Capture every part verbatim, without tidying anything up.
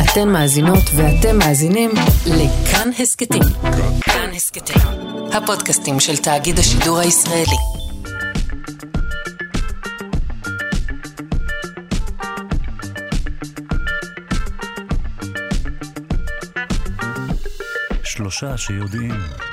אתן מאזינות ואתם מאזינים לכאן הסקטים. כאן הסקטים, הפודקאסטים של תאגיד השידור הישראלי. שלושה שיודעים.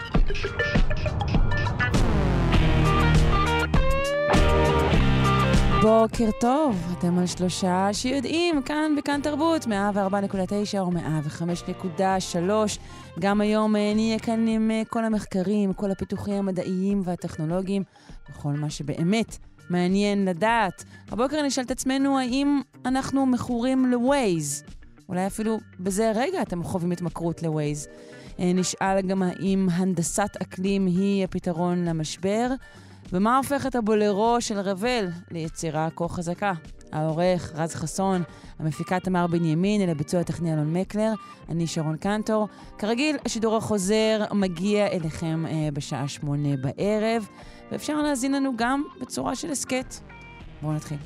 בוקר טוב, אתם על שלושה שיודעים, כאן בכאן תרבות, מאה וארבע נקודה תשע או מאה וחמש נקודה שלוש. גם היום נהיה כאן עם כל המחקרים, כל הפיתוחים המדעיים והטכנולוגיים, וכל מה שבאמת מעניין לדעת. הבוקר נשאל את עצמנו האם אנחנו מכורים לווייז. אולי אפילו בזה רגע אתם חווים התמכרות לווייז. נשאל גם האם הנדסת אקלים היא הפתרון למשבר, ומה הופך את הבולרו של רבל ליצירה כה חזקה. העורך רז חסון, המפיקה תמר בנימין, אל הביצוע הטכני אלון מקלר, אני שרון קנטור. כרגיל, השידור החוזר מגיע אליכם אה, בשעה שמונה בערב, ואפשר להזין לנו גם בצורה של הסקט. בואו נתחיל.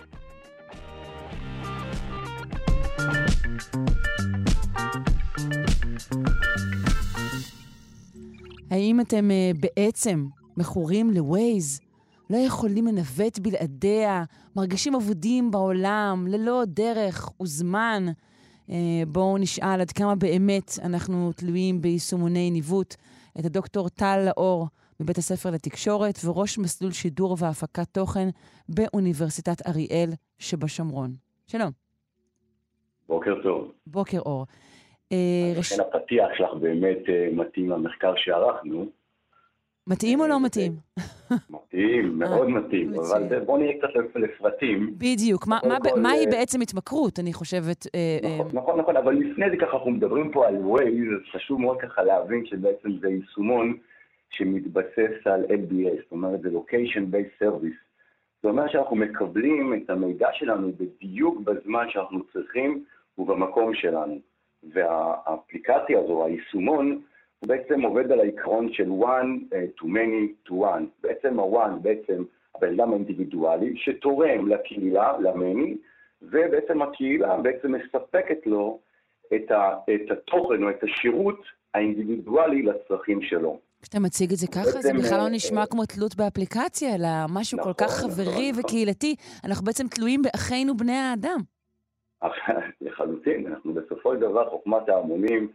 האם אתם אה, בעצם מכורים לווייז? לא יכולים לנווט בלעדיה, מרגישים עבודים בעולם, ללא דרך וזמן. אה, בואו נשאל עד כמה באמת אנחנו תלויים ביישומוני ניווט. את הדוקטור טל לאור מבית הספר לתקשורת וראש מסלול שידור והפקת תוכן באוניברסיטת אריאל שבשומרון. שלום. בוקר טוב. בוקר אור. לכן הפתיח שלך באמת מתאים למחקר שערכנו. מתאים או לא מתאים? מתאים, מאוד מתאים, אבל בואו נראה קצת לפרטים. בדיוק, מהי בעצם התמכרות, אני חושבת? נכון, נכון, אבל לפני זה ככה אנחנו מדברים פה על ווייז, חשוב מאוד ככה להבין שבעצם זה יישומון שמתבסס על אל בי אס, זאת אומרת זה Location Based Service. זאת אומרת שאנחנו מקבלים את המידע שלנו בדיוק בזמן שאנחנו צריכים ובמקום שלנו. והאפליקציה הזו, היישומון, הוא בעצם עובד על העיקרון של one to many to one. בעצם ה-one, בעצם הבן אדם האינדיבידואלי, שתורם לקהילה, למני, ובעצם הקהילה בעצם מספקת לו את, ה, את התוכן או את השירות האינדיבידואלי לצרכים שלו. כשאתה מציג את זה ככה, זה בכלל לא נשמע כמו תלות באפליקציה, אלא משהו כל כך חברי וקהילתי. אנחנו בעצם תלויים באחינו בני האדם. לחלוטין, אנחנו בסופו של דבר חוכמת ההמונים,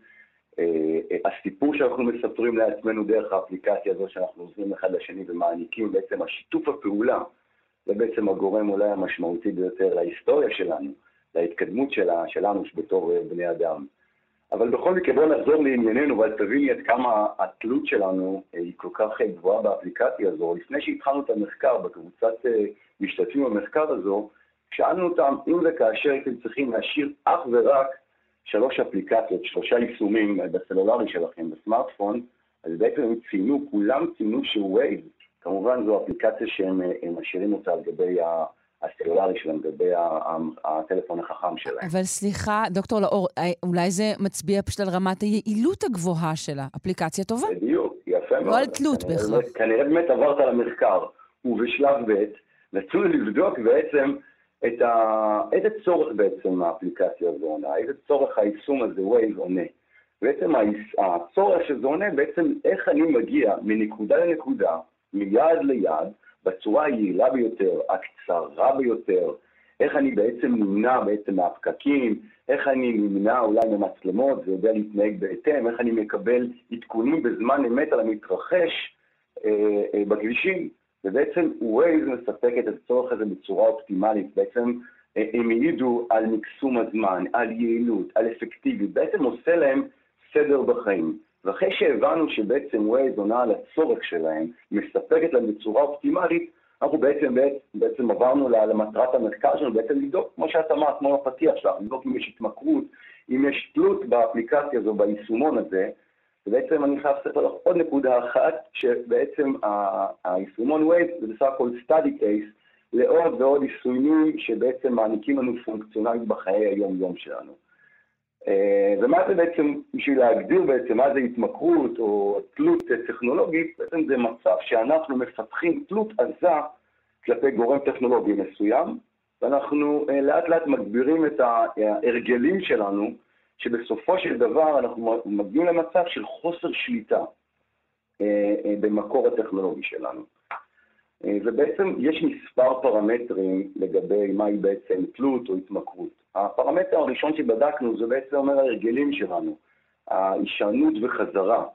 הסיפור שאנחנו מספרים לעצמנו דרך האפליקציה הזו שאנחנו עוזרים אחד לשני ומעניקים בעצם השיתוף הפעולה, זה בעצם הגורם אולי המשמעותי ביותר להיסטוריה שלנו, להתקדמות שלה, שלנו בתור בני אדם. אבל בכל מקרה בוא נחזור לענייננו, אבל תביני עד כמה התלות שלנו היא כל כך גבוהה באפליקציה הזו. לפני שהתחלנו את המחקר בקבוצת משתתפים במחקר הזו, שאלנו אותם אם וכאשר אתם צריכים להשאיר אך ורק שלוש אפליקציות, שלושה יישומים בסלולרי שלכם, בסמארטפון, אז בעצם הם ציינו, כולם ציינו שווייז, כמובן זו אפליקציה שהם משאירים אותה על גבי הסלולרי שלהם, לגבי הטלפון החכם שלהם. אבל סליחה, דוקטור לאור, אולי זה מצביע פשוט על רמת היעילות הגבוהה שלה, אפליקציה טובה? בדיוק, יפה מאוד. לא על תלות בהכרח. כנראה באמת עברת למחקר, ובשלב ב' רצו לבדוק בעצם את ה... איזה צורך בעצם האפליקציה הזו עונה, איזה צורך היישום הזה, ווייז עונה. בעצם הצורך שזה עונה, בעצם איך אני מגיע מנקודה לנקודה, מיד ליד, בצורה היעילה ביותר, הקצרה ביותר, איך אני בעצם נמנע בעצם מהפקקים, איך אני נמנע אולי ממצלמות, זה יודע להתנהג בהתאם, איך אני מקבל עדכונים בזמן אמת על המתרחש אה, אה, בכבישים. ובעצם ווייז מספק את הצורך הזה בצורה אופטימלית, בעצם הם העידו על מקסום הזמן, על יעילות, על אפקטיביות, בעצם עושה להם סדר בחיים. ואחרי שהבנו שבעצם ווייז עונה על הצורך שלהם, מספקת להם בצורה אופטימלית, אנחנו בעצם, בעצם עברנו למטרת המחקר שלנו, בעצם לבדוק, כמו שאת אמרת, כמו הפתיח שלך, לבדוק אם יש התמכרות, אם יש תלות באפליקציה הזו, ביישומון הזה, ובעצם אני חייב לספר לך עוד נקודה אחת, שבעצם היישומון ווייז זה בסך הכל study case לעוד ועוד יישומים שבעצם מעניקים לנו פונקציונלית בחיי היום-יום שלנו. ומה זה בעצם, בשביל להגדיר בעצם מה זה התמכרות או תלות טכנולוגית, בעצם זה מצב שאנחנו מפתחים תלות עזה כלפי גורם טכנולוגי מסוים, ואנחנו לאט לאט מגבירים את ההרגלים שלנו שבסופו של דבר אנחנו מגיעים למצב של חוסר שליטה אה, אה, במקור הטכנולוגי שלנו. אה, ובעצם יש מספר פרמטרים לגבי מהי בעצם תלות או התמכרות. הפרמטר הראשון שבדקנו זה בעצם אומר ההרגלים שלנו, ההישענות וחזרה.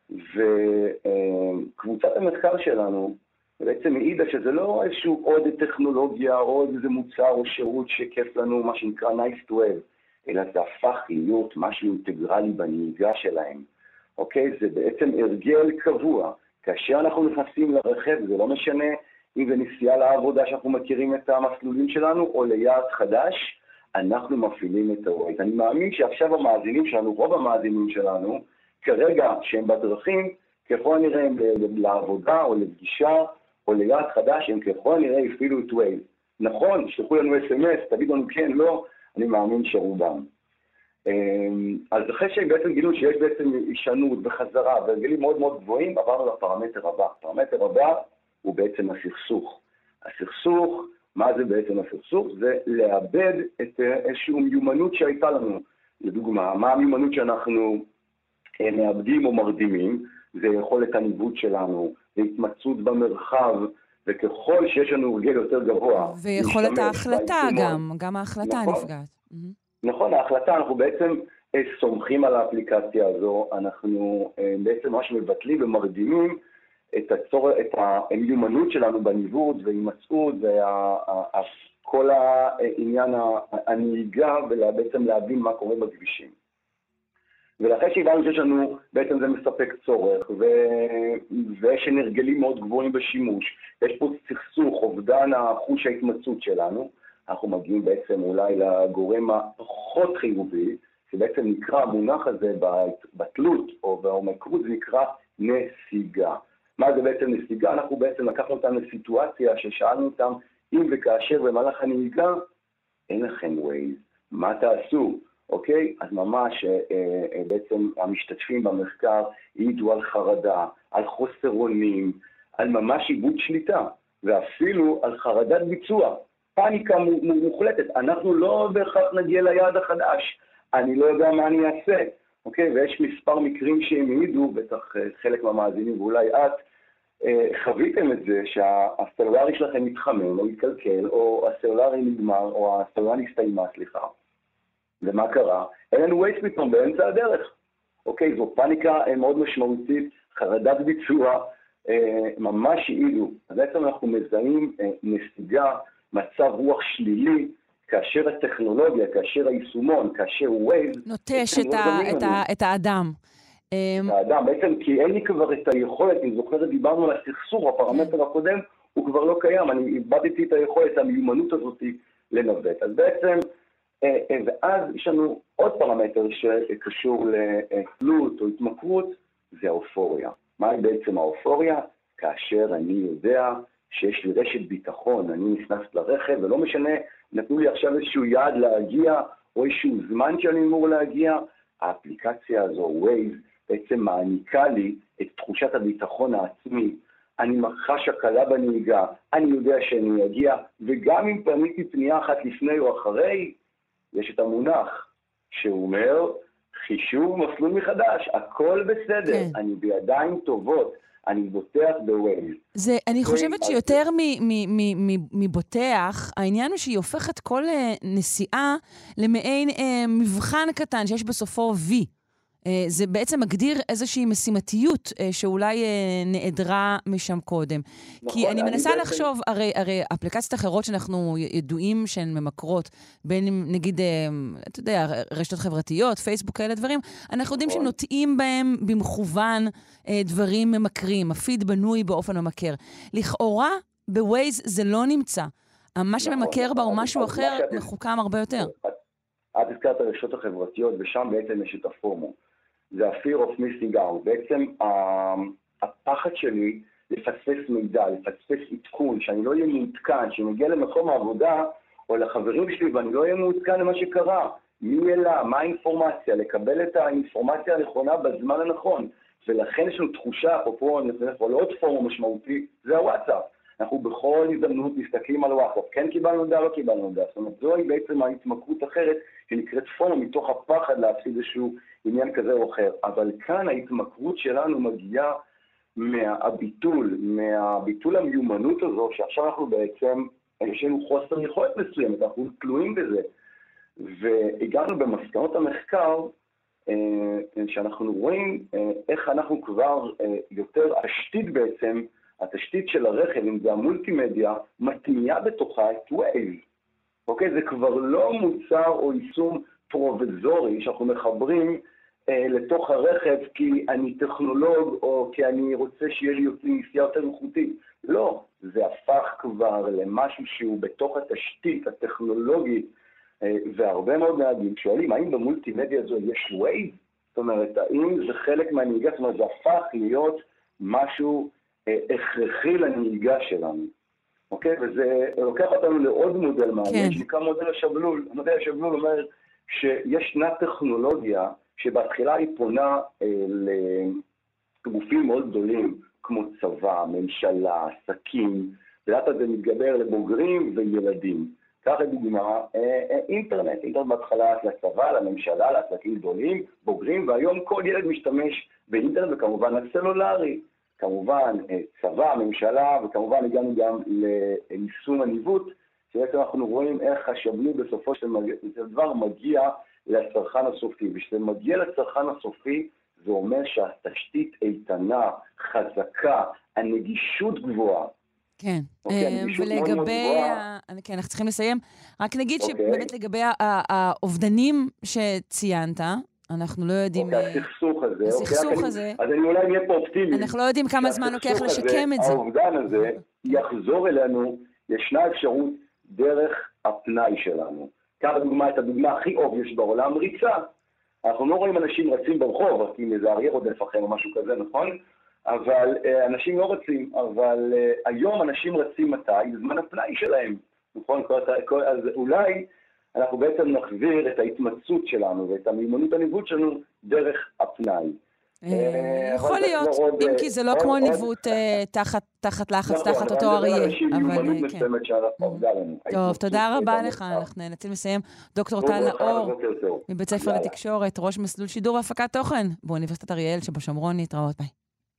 וקבוצת המחקר שלנו בעצם העידה שזה לא איזשהו עוד טכנולוגיה או עוד איזה מוצר או שירות שכיף לנו, מה שנקרא nice to have, אלא זה הפך להיות משהו אינטגרלי בנהיגה שלהם. אוקיי? זה בעצם הרגל קבוע. כאשר אנחנו נכנסים לרכב, זה לא משנה אם זה נסיעה לעבודה שאנחנו מכירים את המסלולים שלנו, או ליעד חדש, אנחנו מפעילים את הווייז. אני מאמין שעכשיו המאזינים שלנו, רוב המאזינים שלנו, כרגע שהם בדרכים, ככל הנראה הם לעבודה או לפגישה או ליעד חדש, הם ככל הנראה הפעילו את ווייז. נכון, שלחו לנו אס אם אס, תגידו לנו כן, לא, אני מאמין שרובם. אז אחרי שהם בעצם גילו שיש בעצם הישענות וחזרה והרגלים מאוד מאוד גבוהים, עברנו לפרמטר הבא. הפרמטר הבא הוא בעצם הסכסוך. הסכסוך, מה זה בעצם הסכסוך? זה לאבד את איזושהי מיומנות שהייתה לנו. לדוגמה, מה המיומנות שאנחנו מאבדים או מרדימים? זה יכולת הניווט שלנו, זה התמצאות במרחב, וככל שיש לנו הרגל יותר גבוה... ויכולת ההחלטה גם, גם ההחלטה נכון, נפגעת. נכון, ההחלטה, אנחנו בעצם סומכים על האפליקציה הזו, אנחנו בעצם ממש מבטלים ומרדימים את, הצור... את המיומנות שלנו בניווט והימצאות וכל העניין הנהיגה ובעצם להבין מה קורה בכבישים. ולאחרי שהבנו שיש לנו, בעצם זה מספק צורך, ו... ויש הרגלים מאוד גבוהים בשימוש, יש פה סכסוך, אובדן החוש ההתמצאות שלנו, אנחנו מגיעים בעצם אולי לגורם הפחות חיובי, שבעצם נקרא המונח הזה בתלות או בהתמכרות, זה נקרא נסיגה. מה זה בעצם נסיגה? אנחנו בעצם לקחנו אותם לסיטואציה ששאלנו אותם, אם וכאשר במהלך הנהיגה, אין לכם ווייז, מה תעשו? אוקיי? אז ממש אה, בעצם המשתתפים במחקר העידו על חרדה, על חוסר אונים, על ממש איבוד שליטה, ואפילו על חרדת ביצוע, פאניקה מוחלטת. אנחנו לא בהכרח נגיע ליעד החדש, אני לא יודע מה אני אעשה, אוקיי? ויש מספר מקרים שהם העידו, בטח חלק מהמאזינים ואולי את, אה, חוויתם את זה שהסלולרי שלכם מתחמם או מתקלקל, או הסלולרי נגמר, או הסלולרי הסתיימה, סליחה. ומה קרה? אין לנו ווייז פתאום באמצע הדרך. אוקיי, זו פאניקה מאוד משמעותית, חרדת ביצוע, אה, ממש העידו. אז בעצם אנחנו מזהים אה, נסיגה, מצב רוח שלילי, כאשר הטכנולוגיה, כאשר היישומון, כאשר ווייז... נוטש את, ה- את, ה- את האדם. את האדם, בעצם כי אין לי כבר את היכולת, אם זוכרת, דיברנו על הסכסוך, הפרמטר הקודם, הוא כבר לא קיים, אני איבדתי את היכולת, המיומנות הזאת לנווט. אז בעצם... ואז יש לנו עוד פרמטר שקשור לתלות או התמכרות, זה האופוריה. מהי בעצם האופוריה? כאשר אני יודע שיש לי רשת ביטחון, אני נכנס לרכב, ולא משנה, נתנו לי עכשיו איזשהו יעד להגיע, או איזשהו זמן שאני אמור להגיע, האפליקציה הזו, ווייז, בעצם מעניקה לי את תחושת הביטחון העצמי. אני מחש הקלה בנהיגה, אני יודע שאני אגיע, וגם אם פניתי פנייה אחת לפני או אחרי, יש את המונח שהוא אומר, חישוב מסלול מחדש, הכל בסדר, כן. אני בידיים טובות, אני בוטח בווייז. זה, אני חושבת שיותר מבוטח, העניין הוא שהיא הופכת כל נסיעה למעין מבחן קטן שיש בסופו וי. זה בעצם מגדיר איזושהי משימתיות שאולי נעדרה משם קודם. נכון, כי אני מנסה אני לחשוב, בעצם... הרי, הרי אפליקציות אחרות שאנחנו ידועים שהן ממקרות, בין נגיד, אתה יודע, רשתות חברתיות, פייסבוק, כאלה דברים, אנחנו יודעים נכון. שנוטעים בהם במכוון דברים ממכרים, הפיד בנוי באופן ממכר. לכאורה, בווייז זה לא נמצא. מה נכון, שממכר בה או משהו אחר מחוכם הרבה יותר. את הזכרת הרשתות החברתיות, ושם בעצם יש את הפומו. זה ה-fear of missing out. בעצם הפחד שלי לפספס מידע, לפספס עדכון, שאני לא אהיה מעודכן, שאני מגיע למקום העבודה או לחברים שלי ואני לא אהיה מעודכן למה שקרה. מי אלה, מה האינפורמציה, לקבל את האינפורמציה הנכונה בזמן הנכון. ולכן יש לנו תחושה, אפרופו, נצטרך לעוד פורום משמעותי, זה הוואטסאפ. אנחנו בכל הזדמנות מסתכלים על וואטסאפ, כן קיבלנו דעה, לא קיבלנו דעה. זאת אומרת, זוהי בעצם ההתמכרות אחרת שנקראת פומו, מתוך הפחד להפסיד איזשהו עניין כזה או אחר. אבל כאן ההתמכרות שלנו מגיעה מהביטול, מהביטול המיומנות הזו, שעכשיו אנחנו בעצם, יש לנו חוסר יכולת מסוימת, אנחנו תלויים בזה. והגענו במסקנות המחקר, שאנחנו רואים איך אנחנו כבר יותר, התשתית בעצם, התשתית של הרכב, אם זה המולטימדיה, מטמיעה בתוכה את וייז. אוקיי? זה כבר לא מוצר או יישום פרובזורי שאנחנו מחברים אה, לתוך הרכב כי אני טכנולוג או כי אני רוצה שיהיה לי נסיעה יותר איכותית. לא, זה הפך כבר למשהו שהוא בתוך התשתית הטכנולוגית, אה, והרבה מאוד נהגים שואלים, האם במולטימדיה הזו יש וייז? זאת אומרת, האם זה חלק מהנהיגה? זאת אומרת, זה הפך להיות משהו אה, הכרחי לנהיגה שלנו. אוקיי? וזה לוקח אותנו לעוד מודל מעניין, שנקרא מודל השבלול. מודל השבלול אומר שישנה טכנולוגיה שבהתחילה היא פונה אה, לגופים מאוד גדולים, כמו צבא, ממשלה, עסקים, ולאט זה מתגבר לבוגרים וילדים. כך לדוגמה, אה, אה, אינטרנט, אינטרנט בהתחלה לצבא, לממשלה, לעסקים גדולים, בוגרים, והיום כל ילד משתמש באינטרנט וכמובן הסלולרי. כמובן צבא, ממשלה, וכמובן הגענו גם ליישום הניווט, שבעצם אנחנו רואים איך השבלול בסופו של דבר מגיע לצרכן הסופי. ושזה מגיע לצרכן הסופי, זה אומר שהתשתית איתנה, חזקה, הנגישות גבוהה. כן, ולגבי, כן, אנחנו צריכים לסיים. רק נגיד שבאמת לגבי האובדנים שציינת, אנחנו לא יודעים... אוקיי, הסכסוך הזה. הסכסוך הזה. אז אני אולי נהיה פה אופטימי. אנחנו לא יודעים כמה זמן לוקח לשקם את זה. האובדן הזה יחזור אלינו, ישנה אפשרות דרך הפנאי שלנו. כך הדוגמה, את הדוגמה הכי אובייס בעולם, ריצה. אנחנו לא רואים אנשים רצים ברחוב, כי איזה אריה רודף אחריהם או משהו כזה, נכון? אבל אנשים לא רצים, אבל היום אנשים רצים מתי? בזמן הפנאי שלהם. נכון? אז אולי... אנחנו בעצם נחזיר את ההתמצאות שלנו ואת המיומנות הניווט שלנו דרך הפנאי. יכול להיות, אם כי זה לא כמו ניווט תחת לחץ, תחת אותו אריה. טוב, תודה רבה לך, אנחנו נאלצים לסיים. דוקטור טל נאור, מבית ספר לתקשורת, ראש מסלול שידור והפקת תוכן באוניברסיטת אריאל שבשומרון. להתראות, ביי.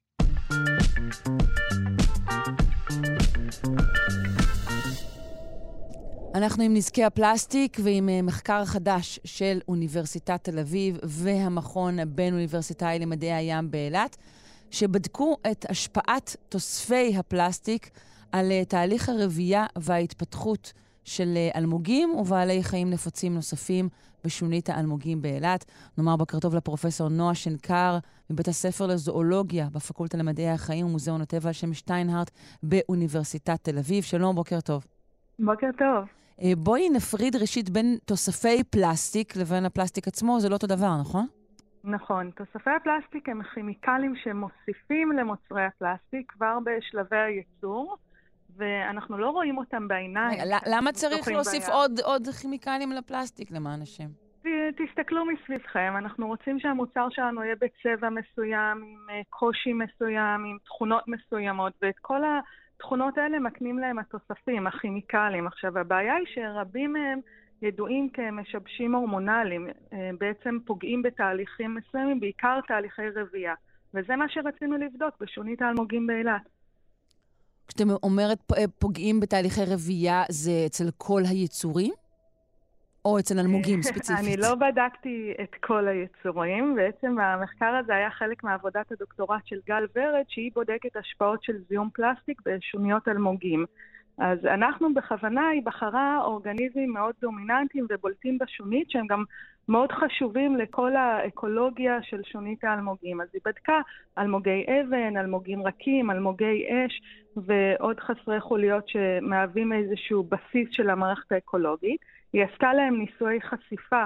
אנחנו עם נזקי הפלסטיק ועם מחקר חדש של אוניברסיטת תל אביב והמכון הבין-אוניברסיטאי למדעי הים באילת, שבדקו את השפעת תוספי הפלסטיק על תהליך הרבייה וההתפתחות של אלמוגים ובעלי חיים נפוצים נוספים בשונית האלמוגים באילת. נאמר בוקר טוב לפרופסור נועה שנקר מבית הספר לזואולוגיה בפקולטה למדעי החיים ומוזיאון הטבע על שם שטיינהרט באוניברסיטת תל אביב. שלום, בוקר טוב. בוקר טוב. בואי נפריד ראשית בין תוספי פלסטיק לבין הפלסטיק עצמו, זה לא אותו דבר, נכון? נכון. תוספי הפלסטיק הם כימיקלים שמוסיפים למוצרי הפלסטיק כבר בשלבי הייצור, ואנחנו לא רואים אותם בעיניים. למה צריך להוסיף עוד, עוד כימיקלים לפלסטיק למען השם? תסתכלו מסביבכם, אנחנו רוצים שהמוצר שלנו יהיה בצבע מסוים, עם קושי מסוים, עם תכונות מסוימות, ואת כל ה... התכונות האלה מקנים להם התוספים, הכימיקלים. עכשיו, הבעיה היא שרבים מהם ידועים כמשבשים הורמונליים, בעצם פוגעים בתהליכים מסוימים, בעיקר תהליכי רבייה. וזה מה שרצינו לבדוק בשונית האלמוגים באילת. כשאתם אומרת פוגעים בתהליכי רבייה, זה אצל כל היצורים? או אצל אלמוגים ספציפית? אני לא בדקתי את כל היצורים. בעצם המחקר הזה היה חלק מעבודת הדוקטורט של גל ורד, שהיא בודקת השפעות של זיהום פלסטיק בשוניות אלמוגים. אז אנחנו בכוונה, היא בחרה אורגניזמים מאוד דומיננטיים ובולטים בשונית, שהם גם מאוד חשובים לכל האקולוגיה של שונית האלמוגים. אז היא בדקה אלמוגי אבן, אלמוגים רכים, אלמוגי אש, ועוד חסרי חוליות שמהווים איזשהו בסיס של המערכת האקולוגית. היא עשתה להם ניסויי חשיפה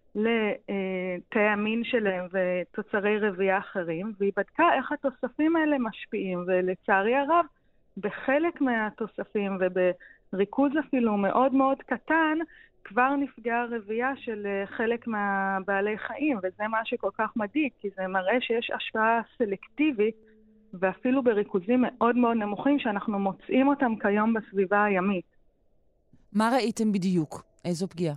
לתאי המין שלהם ותוצרי רבייה אחרים, והיא בדקה איך התוספים האלה משפיעים, ולצערי הרב, בחלק מהתוספים ובריכוז אפילו מאוד מאוד קטן, כבר נפגעה רבייה של חלק מהבעלי חיים, וזה מה שכל כך מדאיג, כי זה מראה שיש השפעה סלקטיבית ואפילו בריכוזים מאוד מאוד נמוכים שאנחנו מוצאים אותם כיום בסביבה הימית. מה ראיתם בדיוק? איזו פגיעה?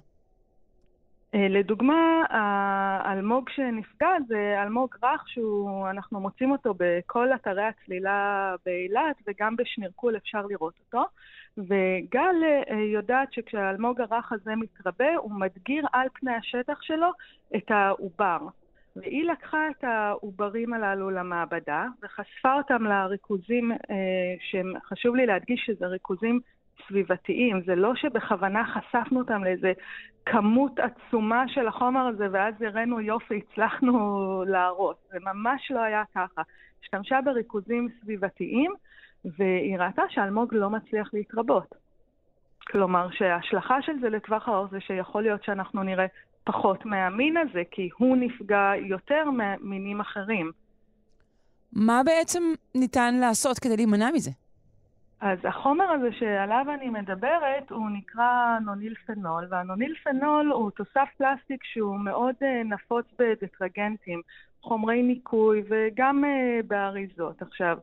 לדוגמה, האלמוג שנפגע זה אלמוג רך שאנחנו מוצאים אותו בכל אתרי הצלילה באילת וגם בשנירקול אפשר לראות אותו. וגל יודעת שכשהאלמוג הרך הזה מתרבה הוא מדגיר על פני השטח שלו את העובר. והיא לקחה את העוברים הללו למעבדה וחשפה אותם לריכוזים שחשוב לי להדגיש שזה ריכוזים סביבתיים. זה לא שבכוונה חשפנו אותם לאיזה כמות עצומה של החומר הזה ואז הראינו יופי, הצלחנו להרוס. זה ממש לא היה ככה. השתמשה בריכוזים סביבתיים והיא ראתה שהאלמוג לא מצליח להתרבות. כלומר שההשלכה של זה לטווח הארוך זה שיכול להיות שאנחנו נראה פחות מהמין הזה, כי הוא נפגע יותר ממינים אחרים. מה בעצם ניתן לעשות כדי להימנע מזה? אז החומר הזה שעליו אני מדברת הוא נקרא נוניל פנול, והנוניל פנול הוא תוסף פלסטיק שהוא מאוד נפוץ בדטרגנטים, חומרי ניקוי וגם באריזות. עכשיו,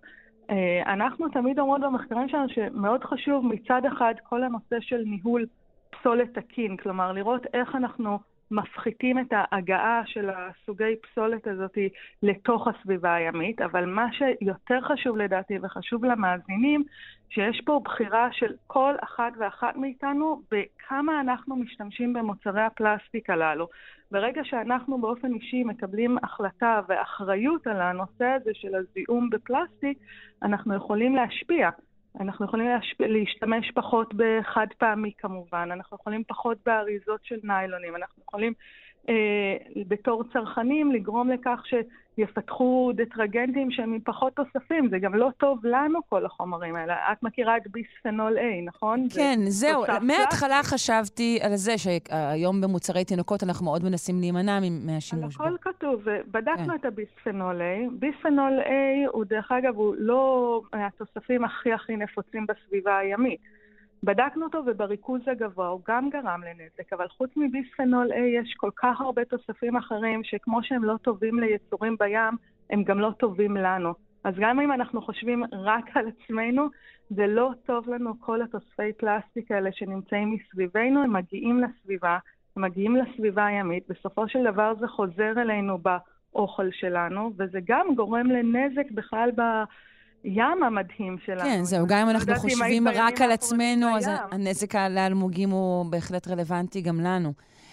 אנחנו תמיד אומרות במחקרים שלנו שמאוד חשוב מצד אחד כל הנושא של ניהול פסולת תקין, כלומר לראות איך אנחנו מפחיתים את ההגעה של הסוגי פסולת הזאת לתוך הסביבה הימית, אבל מה שיותר חשוב לדעתי וחשוב למאזינים, שיש פה בחירה של כל אחד ואחת מאיתנו בכמה אנחנו משתמשים במוצרי הפלסטיק הללו. ברגע שאנחנו באופן אישי מקבלים החלטה ואחריות על הנושא הזה של הזיהום בפלסטיק, אנחנו יכולים להשפיע. אנחנו יכולים להשפיע, להשתמש פחות בחד פעמי כמובן, אנחנו יכולים פחות באריזות של ניילונים, אנחנו יכולים אה, בתור צרכנים לגרום לכך שיפתחו דטרגנטים שהם עם פחות תוספים, זה גם לא טוב לנו כל החומרים האלה. את מכירה את ביספנול A, נכון? כן, זה זהו, מההתחלה חשבתי על זה שהיום במוצרי תינוקות אנחנו מאוד מנסים להימנע מהשימוש בו. על הכל כתוב, ובדקנו כן. את הביספנול A. ביספנול A הוא דרך אגב, הוא לא התוספים הכי הכי נפוצים בסביבה הימית. בדקנו אותו ובריכוז הגבוה הוא גם גרם לנזק, אבל חוץ מביספנול A יש כל כך הרבה תוספים אחרים שכמו שהם לא טובים ליצורים בים, הם גם לא טובים לנו. אז גם אם אנחנו חושבים רק על עצמנו, זה לא טוב לנו כל התוספי פלסטיק האלה שנמצאים מסביבנו, הם מגיעים לסביבה, הם מגיעים לסביבה הימית, בסופו של דבר זה חוזר אלינו באוכל שלנו, וזה גם גורם לנזק בכלל ב... ים המדהים שלנו. כן, זהו, גם אם אנחנו חושבים רק על עצמנו, אז הנזק לאלמוגים הוא בהחלט רלוונטי גם לנו.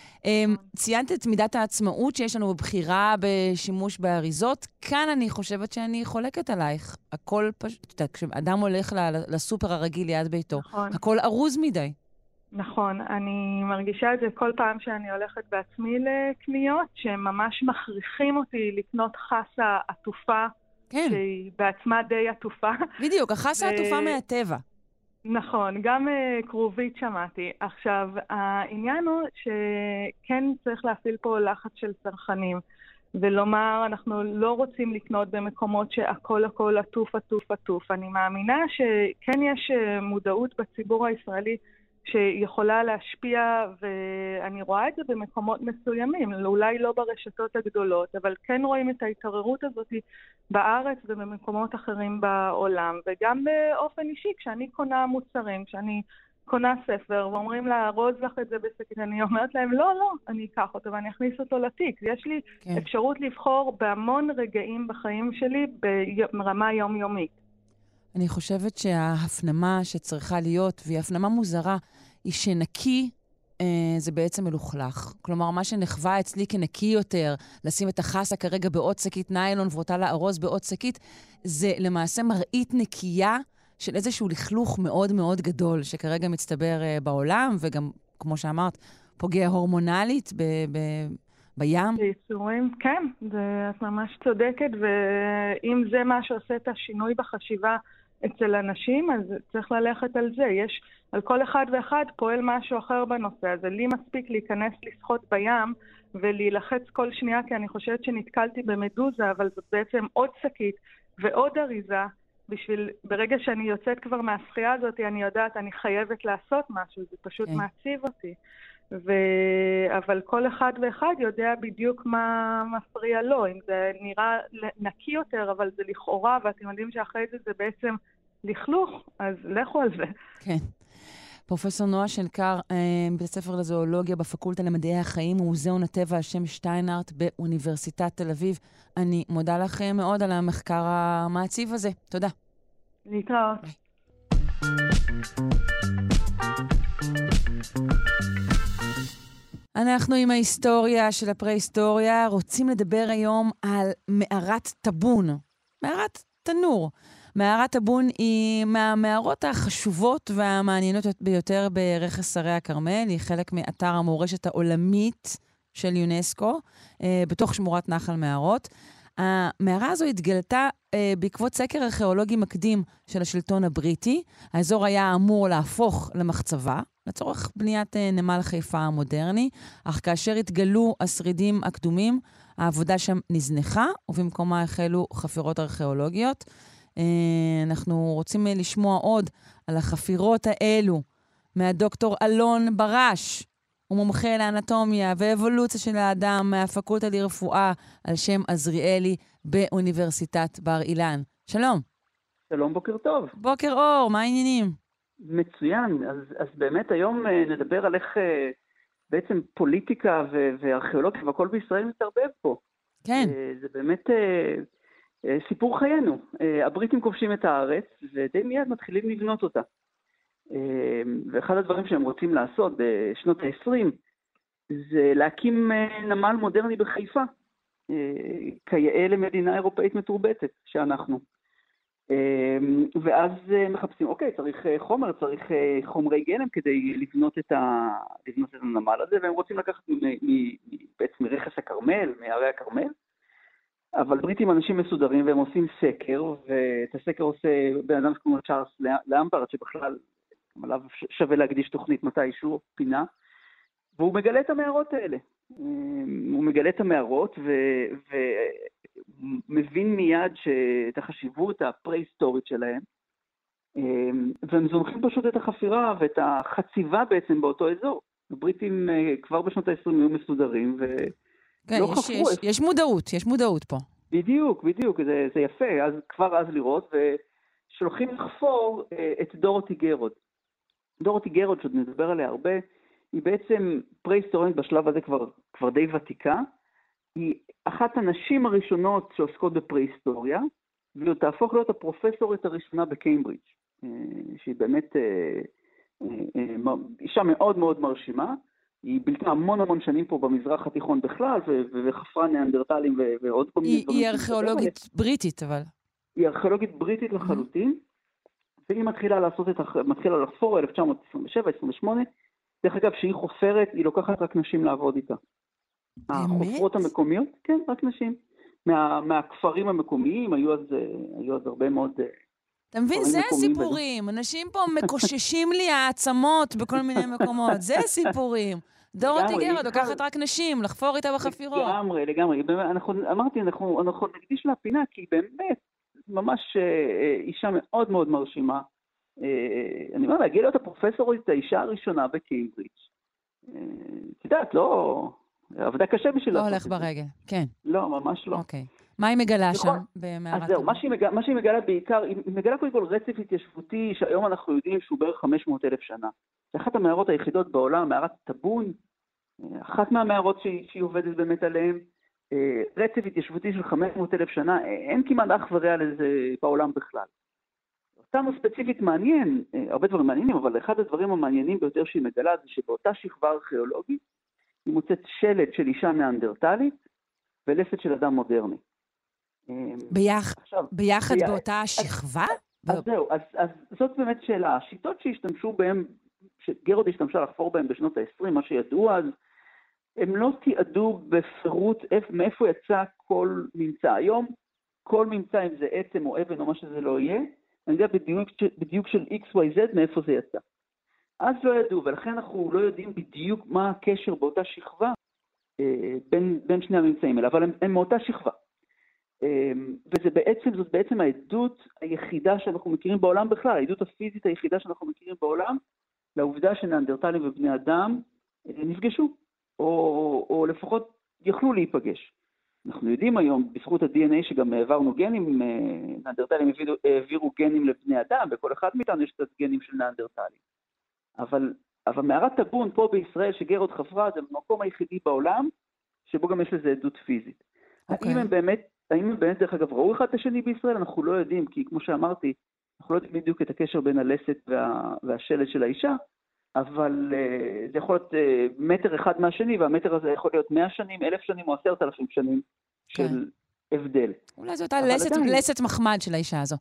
ציינת את מידת העצמאות שיש לנו בבחירה בשימוש באריזות. כאן אני חושבת שאני חולקת עלייך. הכל פשוט, כשאדם הולך לסופר הרגיל ליד ביתו, הכל ארוז מדי. נכון, אני מרגישה את זה כל פעם שאני הולכת בעצמי לקניות, שהם ממש מכריחים אותי לקנות חסה עטופה, כן. שהיא בעצמה די עטופה. בדיוק, החסה עטופה מהטבע. נכון, גם uh, קרובית שמעתי. עכשיו, העניין הוא שכן צריך להפעיל פה לחץ של צרכנים, ולומר, אנחנו לא רוצים לקנות במקומות שהכל הכל עטוף, עטוף, עטוף. אני מאמינה שכן יש מודעות בציבור הישראלי שיכולה להשפיע, ואני רואה את זה במקומות מסוימים, אולי לא ברשתות הגדולות, אבל כן רואים את ההתעוררות הזאת בארץ ובמקומות אחרים בעולם, וגם באופן אישי, כשאני קונה מוצרים, כשאני קונה ספר, ואומרים לה, רוז לך את זה בשקית, אני אומרת להם, לא, לא, אני אקח אותו ואני אכניס אותו לתיק. יש לי כן. אפשרות לבחור בהמון רגעים בחיים שלי ברמה יומיומית. אני חושבת שההפנמה שצריכה להיות, והיא הפנמה מוזרה, היא שנקי אה, זה בעצם מלוכלך. כלומר, מה שנחווה אצלי כנקי יותר, לשים את החסה כרגע בעוד שקית ניילון ואותה לארוז בעוד שקית, זה למעשה מראית נקייה של איזשהו לכלוך מאוד מאוד גדול, שכרגע מצטבר אה, בעולם, וגם, כמו שאמרת, פוגע הורמונלית ב... ב בים? ביצורים, כן, את ממש צודקת, ואם זה מה שעושה את השינוי בחשיבה אצל אנשים, אז צריך ללכת על זה. יש, על כל אחד ואחד פועל משהו אחר בנושא הזה. לי מספיק להיכנס לשחות בים ולהילחץ כל שנייה, כי אני חושבת שנתקלתי במדוזה, אבל זאת בעצם עוד שקית ועוד אריזה, בשביל, ברגע שאני יוצאת כבר מהשחייה הזאת, אני יודעת, אני חייבת לעשות משהו, זה פשוט כן. מעציב אותי. ו... אבל כל אחד ואחד יודע בדיוק מה מפריע לו, אם זה נראה נקי יותר, אבל זה לכאורה, ואתם יודעים שאחרי זה זה בעצם לכלוך, אז לכו על זה. כן. פרופסור נועה שנקר, בית הספר לזואולוגיה בפקולטה למדעי החיים ומוזיאון הטבע על שם שטיינארט באוניברסיטת תל אביב. אני מודה לך מאוד על המחקר המעציב הזה. תודה. להתראות. ביי. אנחנו עם ההיסטוריה של הפרה-היסטוריה רוצים לדבר היום על מערת טאבון. מערת תנור. מערת טאבון היא מהמערות החשובות והמעניינות ביותר ברכס הרי הכרמל. היא חלק מאתר המורשת העולמית של יונסקו, בתוך שמורת נחל מערות. המערה הזו התגלתה אה, בעקבות סקר ארכיאולוגי מקדים של השלטון הבריטי. האזור היה אמור להפוך למחצבה, לצורך בניית אה, נמל חיפה המודרני, אך כאשר התגלו השרידים הקדומים, העבודה שם נזנחה, ובמקומה החלו חפירות ארכיאולוגיות. אה, אנחנו רוצים אה, לשמוע עוד על החפירות האלו מהדוקטור אלון ברש, הוא מומחה לאנטומיה ואבולוציה של האדם מהפקולטה לרפואה על שם עזריאלי באוניברסיטת בר אילן. שלום. שלום, בוקר טוב. בוקר אור, מה העניינים? מצוין. אז, אז באמת היום נדבר על איך בעצם פוליטיקה ו- וארכיאולוגיה והכל בישראל מתערבב פה. כן. זה באמת סיפור חיינו. הבריטים כובשים את הארץ ודי מיד מתחילים לבנות אותה. ואחד הדברים שהם רוצים לעשות בשנות ה-עשרים זה להקים נמל מודרני בחיפה, כיאה למדינה אירופאית מתורבתת שאנחנו. ואז מחפשים, אוקיי, צריך חומר, צריך חומרי גלם כדי לבנות את, ה... לבנות את הנמל הזה, והם רוצים לקחת בעצם מרכס הכרמל, מהרי הכרמל, אבל בריטים אנשים מסודרים והם עושים סקר, ואת הסקר עושה בן אדם כמו צ'ארלס לאמפרט, שבכלל עליו שווה להקדיש תוכנית מתישהו, פינה, והוא מגלה את המערות האלה. הוא מגלה את המערות ומבין מיד את החשיבות הפרה-היסטורית שלהם, והם זונחים פשוט את החפירה ואת החציבה בעצם באותו אזור. הבריטים כבר בשנות ה-עשרים היו מסודרים ולא חפרו. יש, יש מודעות, יש מודעות פה. בדיוק, בדיוק, זה, זה יפה, אז כבר אז לראות, ושולחים לחפור את דורותי גרוד. דורותי גרוד, שעוד נדבר עליה הרבה, היא בעצם פרה-היסטוריונית בשלב הזה כבר, כבר די ותיקה. היא אחת הנשים הראשונות שעוסקות בפרה-היסטוריה, והיא תהפוך להיות הפרופסורית הראשונה בקיימברידג', שהיא באמת אישה מאוד מאוד מרשימה. היא בילתה המון המון שנים פה במזרח התיכון בכלל, וחפרה ניאנדרטלים ועוד כל מיני דברים. היא ארכיאולוגית בריטית, אבל. היא ארכיאולוגית בריטית לחלוטין, והיא מתחילה לעשות את, מתחילה לחפור, אלף תשע מאות עשרים ושבע עשרים ושמונה, דרך אגב, שהיא חופרת, היא לוקחת רק נשים לעבוד איתה. החופרות המקומיות, כן, רק נשים. מה, מהכפרים המקומיים, היו אז, היו אז הרבה מאוד... אתה מבין, זה הסיפורים. אנשים פה מקוששים לי העצמות בכל מיני מקומות. זה הסיפורים. דורותי גרוד לוקחת רק נשים, לחפור איתה בחפירות. לגמרי, לגמרי. אנחנו, אמרתי, אנחנו, אנחנו נקדיש לה פינה, כי באמת, ממש אישה מאוד מאוד מרשימה. אני אומר, להגיע להיות הפרופסורית, את האישה הראשונה בקיימברידג'. את יודעת, לא... עבודה קשה בשביל... לא הולך ברגל, כן. לא, ממש לא. אוקיי. מה היא מגלה שם במערת? אז זהו, מה שהיא מגלה בעיקר, היא מגלה קודם כל רצף התיישבותי, שהיום אנחנו יודעים שהוא בערך חמש מאות אלף שנה. זה אחת המערות היחידות בעולם, מערת טאבון, אחת מהמערות שהיא עובדת באמת עליהן, רצף התיישבותי של חמש מאות אלף שנה, אין כמעט אח ורע לזה בעולם בכלל. אותנו ספציפית מעניין, הרבה דברים מעניינים, אבל אחד הדברים המעניינים ביותר שהיא מגלה זה שבאותה שכבה ארכיאולוגית, היא מוצאת שלט של אישה ניאנדרטלית ולסת של אדם מודרני. ביחד, ביחד באותה שכבה? אז זהו, אז זאת באמת שאלה. השיטות שהשתמשו בהם, שגרוד השתמשה לחפור בהם בשנות ה-עשרים, מה שידעו אז, הם לא תיעדו בפירוט מאיפה יצא כל ממצא. היום, כל ממצא, אם זה עצם או אבן או מה שזה לא יהיה, אני יודע בדיוק, בדיוק של אקס וואי זד מאיפה זה יצא. אז לא ידעו, ולכן אנחנו לא יודעים בדיוק מה הקשר באותה שכבה אה, בין, בין שני הממצאים האלה, אבל הם, הם מאותה שכבה. אה, וזה בעצם, זאת בעצם העדות היחידה שאנחנו מכירים בעולם בכלל, העדות הפיזית היחידה שאנחנו מכירים בעולם, לעובדה שניאנדרטלים ובני אדם נפגשו, או, או לפחות יכלו להיפגש. אנחנו יודעים היום, בזכות ה-די אן איי שגם העברנו גנים, נאנדרטלים העבירו גנים לבני אדם, בכל אחד מאיתנו יש קצת גנים של נאנדרטלים. אבל, אבל מערת טאבון פה בישראל שגרוד חפרה, זה המקום היחידי בעולם, שבו גם יש לזה עדות פיזית. Okay. האם הם באמת, האם הם באמת דרך אגב ראו אחד את השני בישראל? אנחנו לא יודעים, כי כמו שאמרתי, אנחנו לא יודעים בדיוק את הקשר בין הלסת וה, והשלד של האישה, אבל uh, זה יכול להיות uh, מטר אחד מהשני, והמטר הזה יכול להיות מאה שנים, אלף שנים או עשרת אלפים שנים של כן. הבדל. אולי זו אותה לסת, לסת מחמד של האישה הזו.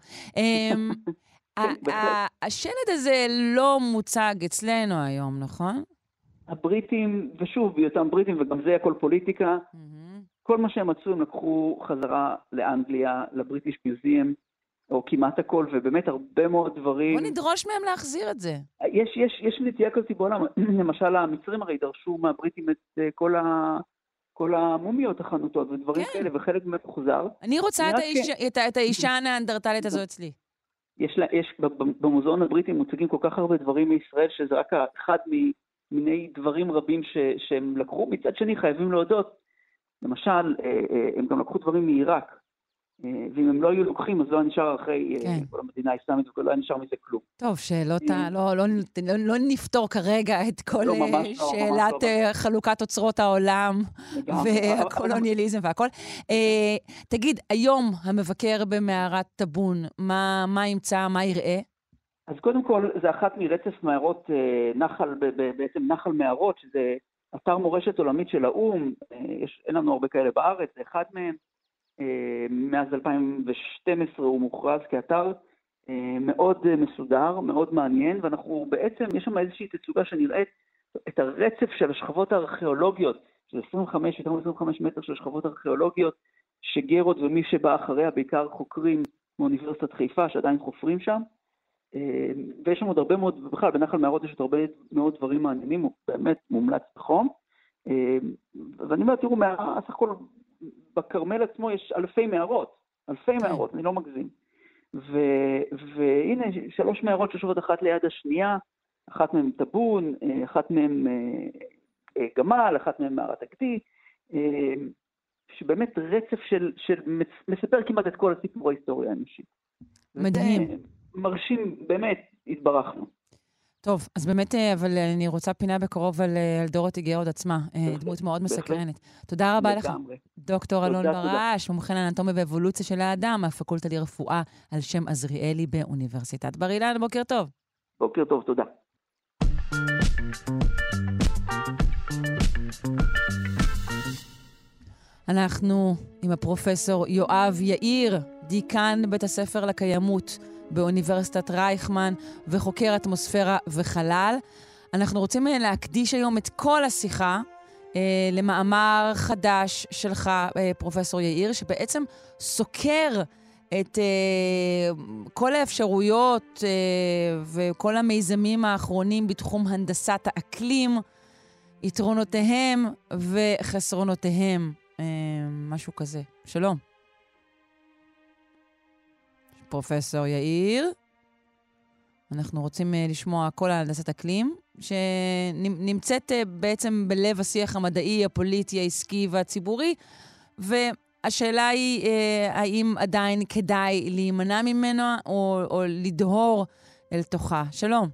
השלד הזה לא מוצג אצלנו היום, נכון? הבריטים, ושוב, בהיותם בריטים, וגם זה הכל פוליטיקה, כל מה שהם מצאו, הם לקחו חזרה לאנגליה, לבריטיש מיוזיאם, או כמעט הכל, ובאמת הרבה מאוד דברים. בוא נדרוש מהם להחזיר את זה. יש, יש, יש נטייה כזאת בעולם. למשל, המצרים הרי דרשו מהבריטים את כל ה... כל המומיות החנותות ודברים כאלה, וחלק באמת חוזר. אני רוצה את האישה הנאנדרטלית הזו אצלי. יש, יש, במוזיאון הבריטי מוצגים כל כך הרבה דברים מישראל, שזה רק אחד מיני דברים רבים ש, שהם לקחו. מצד שני, חייבים להודות, למשל, הם גם לקחו דברים מעיראק, ואם הם לא היו לוקחים, אז לא נשאר אחרי כן. כל המדינה האסלאמית, ולא נשאר מזה כלום. טוב, שאלות, לא, לא, לא, לא נפתור כרגע את כל לא, ממש, שאלת לא, ממש חלוקת אוצרות העולם, והקולוניאליזם והכל. תגיד, היום המבקר במערת טאבון, מה, מה ימצא, מה יראה? אז קודם כל, זה אחת מרצף מערות נחל, בעצם נחל מערות, שזה אתר מורשת עולמית של האום, יש, אין לנו הרבה כאלה בארץ, זה אחד מהם. מאז אלפיים ושתים עשרה הוא מוכרז כאתר מאוד מסודר, מאוד מעניין, ואנחנו בעצם, יש שם איזושהי תצוגה שנראית את הרצף של השכבות הארכיאולוגיות, של עשרים וחמש, יותר מ-עשרים וחמש מטר של השכבות הארכיאולוגיות, שגרוד ומי שבא אחריה, בעיקר חוקרים מאוניברסיטת חיפה, שעדיין חופרים שם, ויש שם עוד הרבה מאוד, בכלל בנחל מערות יש עוד הרבה מאוד דברים מעניינים, הוא באמת מומלץ בחום, ואני אומר, תראו, סך הכל, בקרמל עצמו יש אלפי מערות, אלפי מערות, אני לא מגזים. והנה, שלוש מערות שיושבות אחת ליד השנייה, אחת מהן טאבון, אחת מהן גמל, אחת מהן מערת הגדי, שבאמת רצף של, של מספר כמעט את כל הסיפור ההיסטוריה האנושית. מדהים. מרשים, באמת, התברכנו. טוב, אז באמת, אבל אני רוצה פינה בקרוב על, על דורותי גרוד עצמה, דמות מאוד מסקרנת. תודה רבה לך. דוקטור אלון ברש, מומחה לאנטומיה ואבולוציה של האדם, מהפקולטה לרפואה על שם עזריאלי באוניברסיטת בר אילן. בוקר טוב. בוקר טוב, תודה. אנחנו עם הפרופסור יואב יאיר, דיקן בית הספר לקיימות באוניברסיטת רייכמן וחוקר אטמוספירה וחלל. אנחנו רוצים להקדיש היום את כל השיחה אה, למאמר חדש שלך, אה, פרופסור יאיר, שבעצם סוקר את אה, כל האפשרויות אה, וכל המיזמים האחרונים בתחום הנדסת האקלים, יתרונותיהם וחסרונותיהם, אה, משהו כזה. שלום. פרופסור יאיר, אנחנו רוצים לשמוע כל הנדסת אקלים, שנמצאת בעצם בלב השיח המדעי, הפוליטי, העסקי והציבורי, והשאלה היא, האם עדיין כדאי להימנע ממנו או, או לדהור אל תוכה. שלום.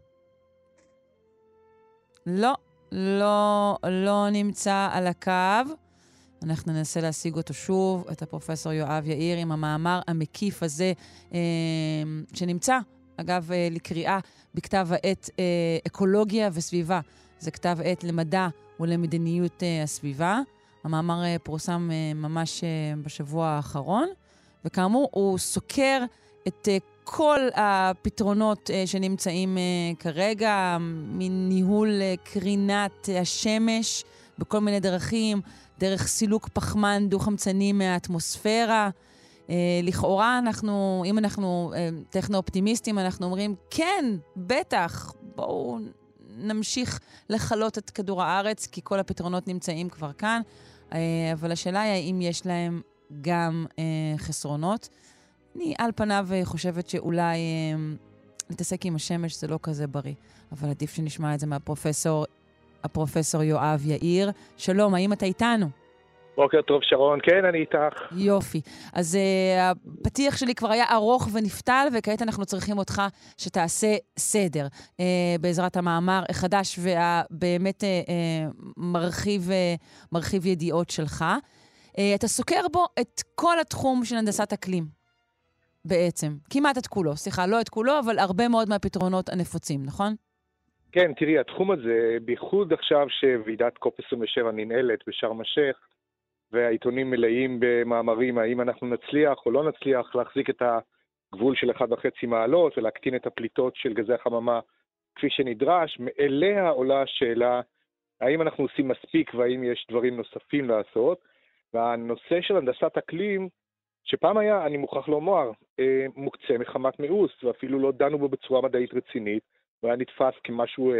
לא, לא, לא נמצא על הקו. אנחנו ננסה להשיג אותו שוב, את הפרופסור יואב יאיר, עם המאמר המקיף הזה, אה, שנמצא, אגב, אה, לקריאה בכתב העת אה, אקולוגיה וסביבה. זה כתב עת למדע ולמדיניות אה, הסביבה. המאמר אה, פורסם אה, ממש אה, בשבוע האחרון, וכאמור, הוא סוקר את אה, כל הפתרונות אה, שנמצאים אה, כרגע, מניהול אה, קרינת השמש בכל מיני דרכים, דרך סילוק פחמן דו-חמצני מהאטמוספירה. אה, לכאורה אנחנו, אם אנחנו אה, טכנו-אופטימיסטים, אנחנו אומרים, כן, בטח, בואו נמשיך לחלות את כדור הארץ, כי כל הפתרונות נמצאים כבר כאן. אה, אבל השאלה היא, האם יש להם גם אה, חסרונות? אני על פניו חושבת שאולי אה, להתעסק עם השמש זה לא כזה בריא, אבל עדיף שנשמע את זה מהפרופסור הפרופסור יואב יאיר. שלום, האם אתה איתנו? בוקר טוב שרון, כן, אני איתך. יופי. אז uh, הפתיח שלי כבר היה ארוך ונפתל, וכעת אנחנו צריכים אותך שתעשה סדר uh, בעזרת המאמר החדש והבאמת uh, uh, מרחיב, uh, מרחיב ידיעות שלך. Uh, אתה סוקר בו את כל התחום של הנדסת אקלים, בעצם. כמעט את כולו, סליחה, לא את כולו, אבל הרבה מאוד מהפתרונות הנפוצים, נכון? כן, תראי, התחום הזה, בייחוד עכשיו שוועידת קופ עשרים ושבע ננעלת בשארם א-שייח, והעיתונים מלאים במאמרים האם אנחנו נצליח או לא נצליח להחזיק את הגבול של אחת וחצי מעלות ולהקטין את הפליטות של גזי החממה כפי שנדרש, מאליה עולה השאלה האם אנחנו עושים מספיק והאם יש דברים נוספים לעשות. והנושא של הנדסת אקלים, שפעם היה, אני מוכרח לומר, מוקצה מחמת מאוס, ואפילו לא דנו בו בצורה מדעית רצינית, והיה נתפס כמשהו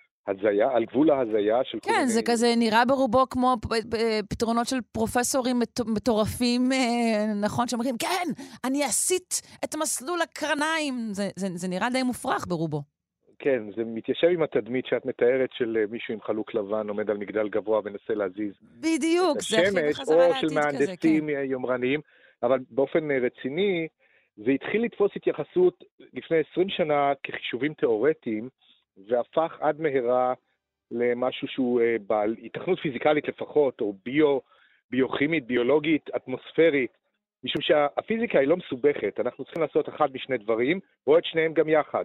הזיה, על גבול ההזיה של... כן, זה כזה נראה ברובו כמו פתרונות של פרופסורים מטורפים, נכון, שאומרים, כן, אני אסיט את מסלול הקרניים. זה נראה די מופרך ברובו. כן, זה מתיישב עם התדמית שאת מתארת של מישהו עם חלוק לבן, עומד על מגדל גבוה ונסה להזיז. בדיוק, זה הכי בחזרה לעתיד כזה, כן. או של מהנדסים יומרניים, אבל באופן רציני, זה התחיל לתפוס התייחסות לפני עשרים שנה כחישובים תיאורטיים, והפך עד מהרה למשהו שהוא בעל התכנות פיזיקלית לפחות, או ביו, ביוכימית, ביולוגית, אטמוספרית, משום שהפיזיקה היא לא מסובכת, אנחנו צריכים לעשות אחד משני דברים, או את שניהם גם יחד.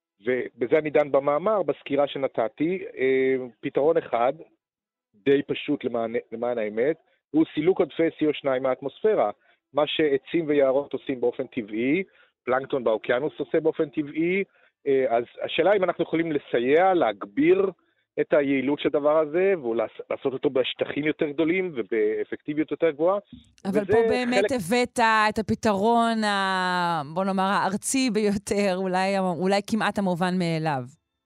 ובזה אני דן במאמר, בסקירה שנתתי, פתרון אחד, די פשוט למען, למען האמת, הוא סילוק עודפי סי או שתיים מהאטמוספירה, מה שעצים ויערות עושים באופן טבעי, פלנקטון באוקיינוס עושה באופן טבעי, אז השאלה אם אנחנו יכולים לסייע, להגביר את היעילות של הדבר הזה, ולעשות אותו בשטחים יותר גדולים ובאפקטיביות יותר גבוהה. אבל פה באמת חלק... הבאת את הפתרון, ה... בוא נאמר, הארצי ביותר, אולי, אולי כמעט המובן מאליו.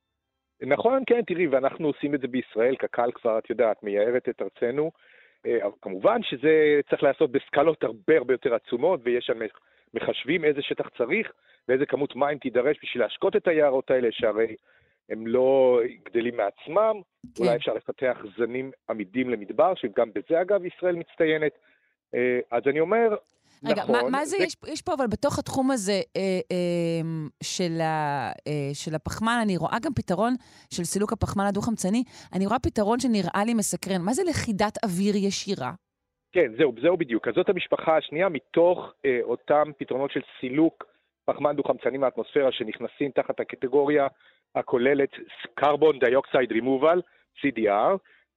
נכון, כן, תראי, ואנחנו עושים את זה בישראל, קק"ל כבר, את יודעת, מייערת את ארצנו. כמובן שזה צריך לעשות בסקלות הרבה הרבה יותר עצומות, ויש שם מחשבים איזה שטח צריך, ואיזה כמות מים תידרש בשביל להשקות את היערות האלה, שהרי הם לא גדלים מעצמם, כן. אולי אפשר לפתח זנים עמידים למדבר, שגם בזה אגב ישראל מצטיינת. אז אני אומר, רגע, נכון. מה, מה זה, זה... יש, יש פה אבל בתוך התחום הזה אה, אה, של, ה, אה, של הפחמן, אני רואה גם פתרון של סילוק הפחמן הדו-חמצני, אני רואה פתרון שנראה לי מסקרן. מה זה לכידת אוויר ישירה? כן, זהו, זהו בדיוק. אז זאת המשפחה השנייה מתוך אה, אותם פתרונות של סילוק פחמן דו-חמצני מהאטמוספירה שנכנסים תחת הקטגוריה הכוללת Carbon Dioxide Removal, סי די אר,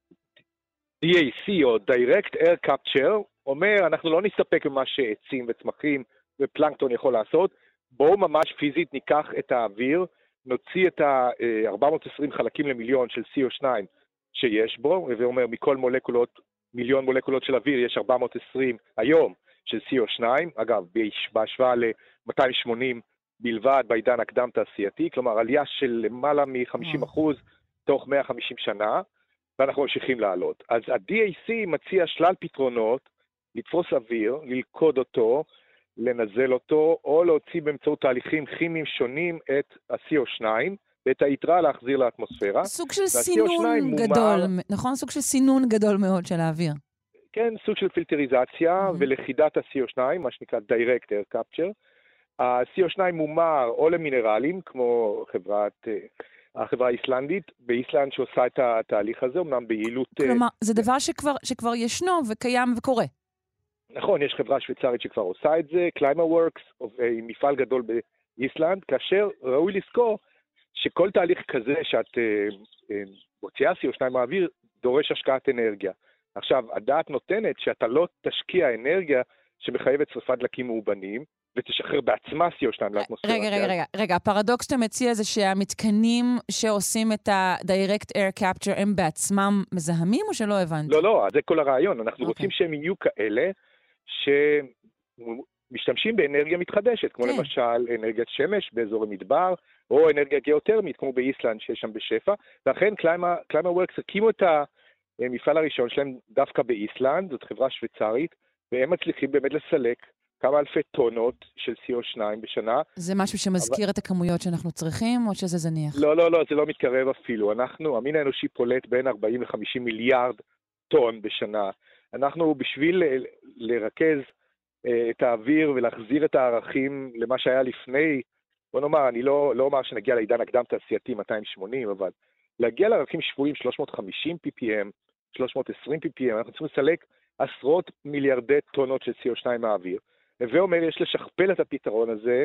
די איי סי או Direct Air Capture, אומר, אנחנו לא נסתפק במה שעצים וצמחים ופלנקטון יכול לעשות, בואו ממש פיזית ניקח את האוויר, נוציא את ה-ארבע מאות ועשרים חלקים למיליון של סי או שתיים שיש בו, ואומר, מכל מולקולות, מיליון מולקולות של אוויר, יש ארבע מאות ועשרים היום של סי או שתיים, אגב, בהשוואה ל-מאתיים ושמונים בלבד בעידן הקדם תעשייתי, כלומר, עלייה של למעלה מ-חמישים אחוז תוך מאה וחמישים שנה, ואנחנו ממשיכים לעלות. אז ה-די איי סי מציע שלל פתרונות, לתפוס אוויר, ללכוד אותו, לנזל אותו, או להוציא באמצעות תהליכים כימיים שונים את ה-סי או שתיים, ואת היתרה להחזיר לאטמוספירה. סוג של סינון גדול, מומר, נכון? סוג של סינון גדול מאוד של האוויר. כן, סוג של פילטריזציה, mm-hmm. ולכידת ה-סי או שתיים, מה שנקרא Direct Air Capture. ה-סי או שתיים מומר או למינרלים, כמו חברת... החברה האיסלנדית, באיסלנד שעושה את התהליך הזה, אמנם ביעילות... כלומר, זה דבר שכבר, שכבר ישנו וקיים וקורה. נכון, יש חברה שוויצרית שכבר עושה את זה, ClimaWorks, מפעל גדול באיסלנד, כאשר ראוי לזכור שכל תהליך כזה שאת מוציאה סי או שתיים מהאוויר, דורש השקעת אנרגיה. עכשיו, הדעת נותנת שאתה לא תשקיע אנרגיה שמחייבת שרפת דלקים מאובנים, ותשחרר בעצמה סי או שתיים לאטמוספירה. רגע, רגע, רגע, רגע, הפרדוקס שאתה מציע זה שהמתקנים שעושים את ה-Direct Air Capture הם בעצמם מזהמים או שלא הבנתי? לא, לא, זה כל הרעיון. אנחנו רוצים שהם יהיו כאלה שמשתמשים באנרגיה מתחדשת, כמו למשל אנרגיית שמש באזור המדבר, או אנרגיה גיאותרמית, כמו באיסלנד שיש שם בשפע, ואכן ClimaWorks הקימו את המפעל הראשון שלהם דווקא באיסלנד, זאת חברה שוויצרית, והם מצליחים באמת לסלק כמה אלפי טונות של סי או שתיים בשנה. זה משהו שמזכיר אבל... את הכמויות שאנחנו צריכים, או שזה זניח? לא, לא, לא, זה לא מתקרב אפילו. אנחנו, המין האנושי פולט בין ארבעים ל-חמישים מיליארד טון בשנה. אנחנו בשביל ל- לרכז uh, את האוויר ולהחזיר את הערכים למה שהיה לפני, בוא נאמר, אני לא, לא אומר שנגיע לעידן הקדם תעשייתי מאתיים ושמונים, אבל להגיע לערכים שבועים שלוש מאות וחמישים פי פי אם, שלוש מאות ועשרים פי פי אם, אנחנו צריכים לסלק עשרות מיליארדי טונות של סי או שתיים מהאוויר. הווה אומר, יש לשכפל את הפתרון הזה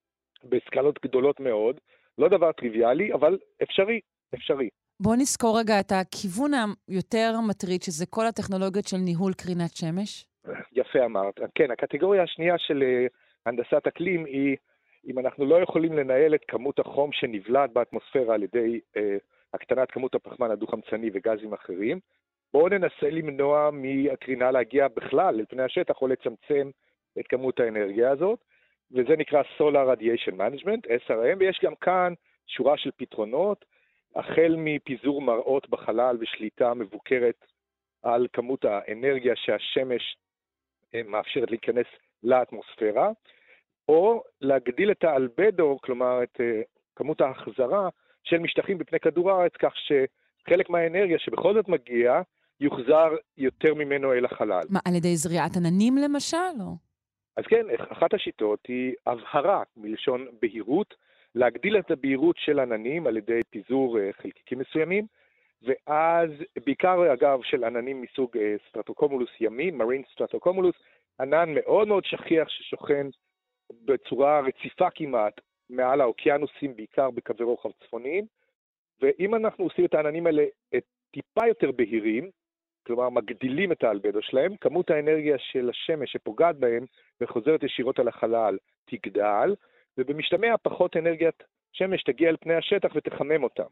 בסקלות גדולות מאוד, לא דבר טריוויאלי, אבל אפשרי, אפשרי. בואו נזכור רגע את הכיוון היותר מטריד, שזה כל הטכנולוגיות של ניהול קרינת שמש. יפה אמרת. כן, הקטגוריה השנייה של הנדסת אקלים היא, אם אנחנו לא יכולים לנהל את כמות החום שנבלעת באטמוספירה על ידי אה, הקטנת כמות הפחמן הדו-חמצני וגזים אחרים, בואו ננסה למנוע מהקרינה להגיע בכלל לפני השטח או לצמצם את כמות האנרגיה הזאת, וזה נקרא Solar Radiation Management, אס אר אם, ויש גם כאן שורה של פתרונות, החל מפיזור מראות בחלל ושליטה מבוקרת על כמות האנרגיה שהשמש מאפשרת להיכנס לאטמוספירה, או להגדיל את האלבדו, כלומר את כמות ההחזרה של משטחים בפני כדור הארץ, כך שחלק מהאנרגיה שבכל זאת מגיע, יוחזר יותר ממנו אל החלל. מה, על ידי זריעת עננים למשל, או? אז כן, אחת השיטות היא הבהרה, מלשון בהירות, להגדיל את הבהירות של עננים על ידי פיזור חלקיקים מסוימים, ואז בעיקר אגב של עננים מסוג סטרטוקומולוס ימי, מרין סטרטוקומולוס, ענן מאוד מאוד שכיח ששוכן בצורה רציפה כמעט מעל האוקיינוסים, בעיקר בקווי רוחב צפוניים, ואם אנחנו עושים את העננים האלה טיפה יותר בהירים, כלומר מגדילים את האלבדו שלהם, כמות האנרגיה של השמש שפוגעת בהם וחוזרת ישירות על החלל תגדל, ובמשתמע פחות אנרגיית שמש תגיע אל פני השטח ותחמם אותם.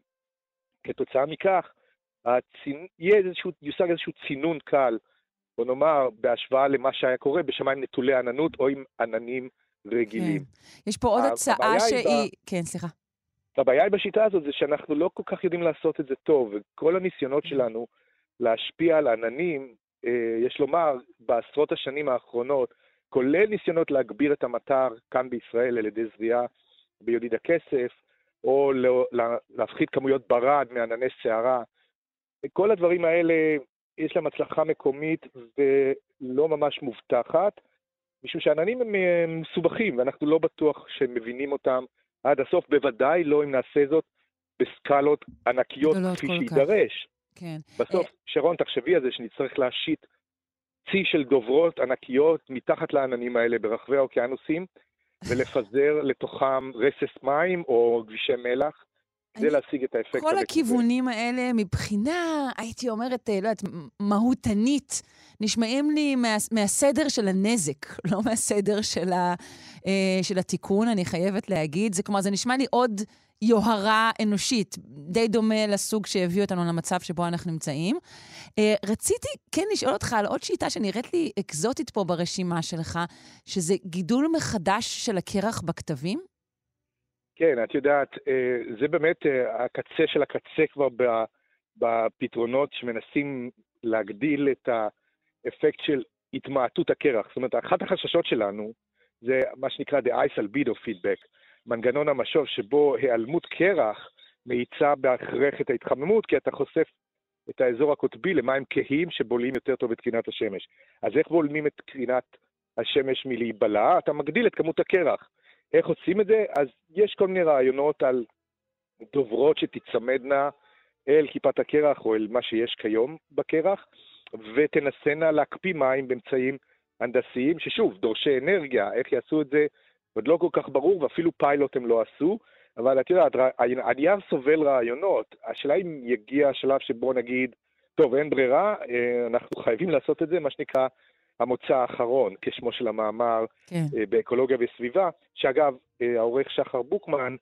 כתוצאה מכך, הצינ... יהיה איזשהו, יושג איזשהו צינון קל, בוא נאמר, בהשוואה למה שהיה קורה בשמיים נטולי עננות או עם עננים רגילים. כן. יש פה עוד הצעה שהיא... ב... כן, סליחה. הבעיה בשיטה הזאת זה שאנחנו לא כל כך יודעים לעשות את זה טוב, וכל הניסיונות שלנו להשפיע על עננים, יש לומר, בעשרות השנים האחרונות, כולל ניסיונות להגביר את המטר כאן בישראל על ידי זריעה ביודיד הכסף, או להפחית כמויות ברד מענני שערה. כל הדברים האלה יש להם הצלחה מקומית ולא ממש מובטחת, משום שהעננים הם מסובכים, ואנחנו לא בטוח שהם מבינים אותם עד הסוף, בוודאי לא אם נעשה זאת בסקלות ענקיות כפי שידרש. כן. בסוף, שרון, תחשבי על זה שנצטרך להשית צי של דוברות ענקיות מתחת לעננים האלה ברחבי האוקיינוסים, ולפזר לתוכם רסס מים או גבישי מלח, כדי להשיג את האפקט. כל הכיוונים האלה מבחינה, הייתי אומרת, לא יודעת, מהותנית, נשמעים לי מה, מהסדר של הנזק, לא מהסדר של, ה, של התיקון, אני חייבת להגיד. זה, כלומר, זה נשמע לי עוד יוהרה אנושית, די דומה לסוג שהביא אותנו למצב שבו אנחנו נמצאים. רציתי כן לשאול אותך על עוד שיטה שנראית לי אקזוטית פה ברשימה שלך, שזה גידול מחדש של הקרח בכתבים? כן, את יודעת, זה באמת הקצה של הקצה כבר בפתרונות שמנסים להגדיל את האפקט של התמעטות הקרח. זאת אומרת, אחת החששות שלנו זה מה שנקרא the ice albedo feedback, מנגנון המשוב שבו העלמות קרח מאיצה בהכרח את ההתחממות, כי אתה חושף את האזור הקוטבי למים כהים שבולעים יותר טוב את קרינת השמש. אז איך בולמים את קרינת השמש מלהיבלע? אתה מגדיל את כמות הקרח. איך עושים את זה? אז יש כל מיני רעיונות על דוברות שתצמדנה אל כיפת הקרח או אל מה שיש כיום בקרח, ותנסנה להקפיא מים באמצעים הנדסיים, ששוב, דורשי אנרגיה, איך יעשו את זה? עוד לא כל כך ברור, ואפילו פיילוט הם לא עשו, אבל את יודעת, הנייר סובל רעיונות. השאלה אם יגיע השלב שבו נגיד, טוב, אין ברירה, אנחנו חייבים לעשות את זה, מה שנקרא המוצא האחרון, כשמו של המאמר כן. באקולוגיה וסביבה, שאגב, העורך שחר בוקמן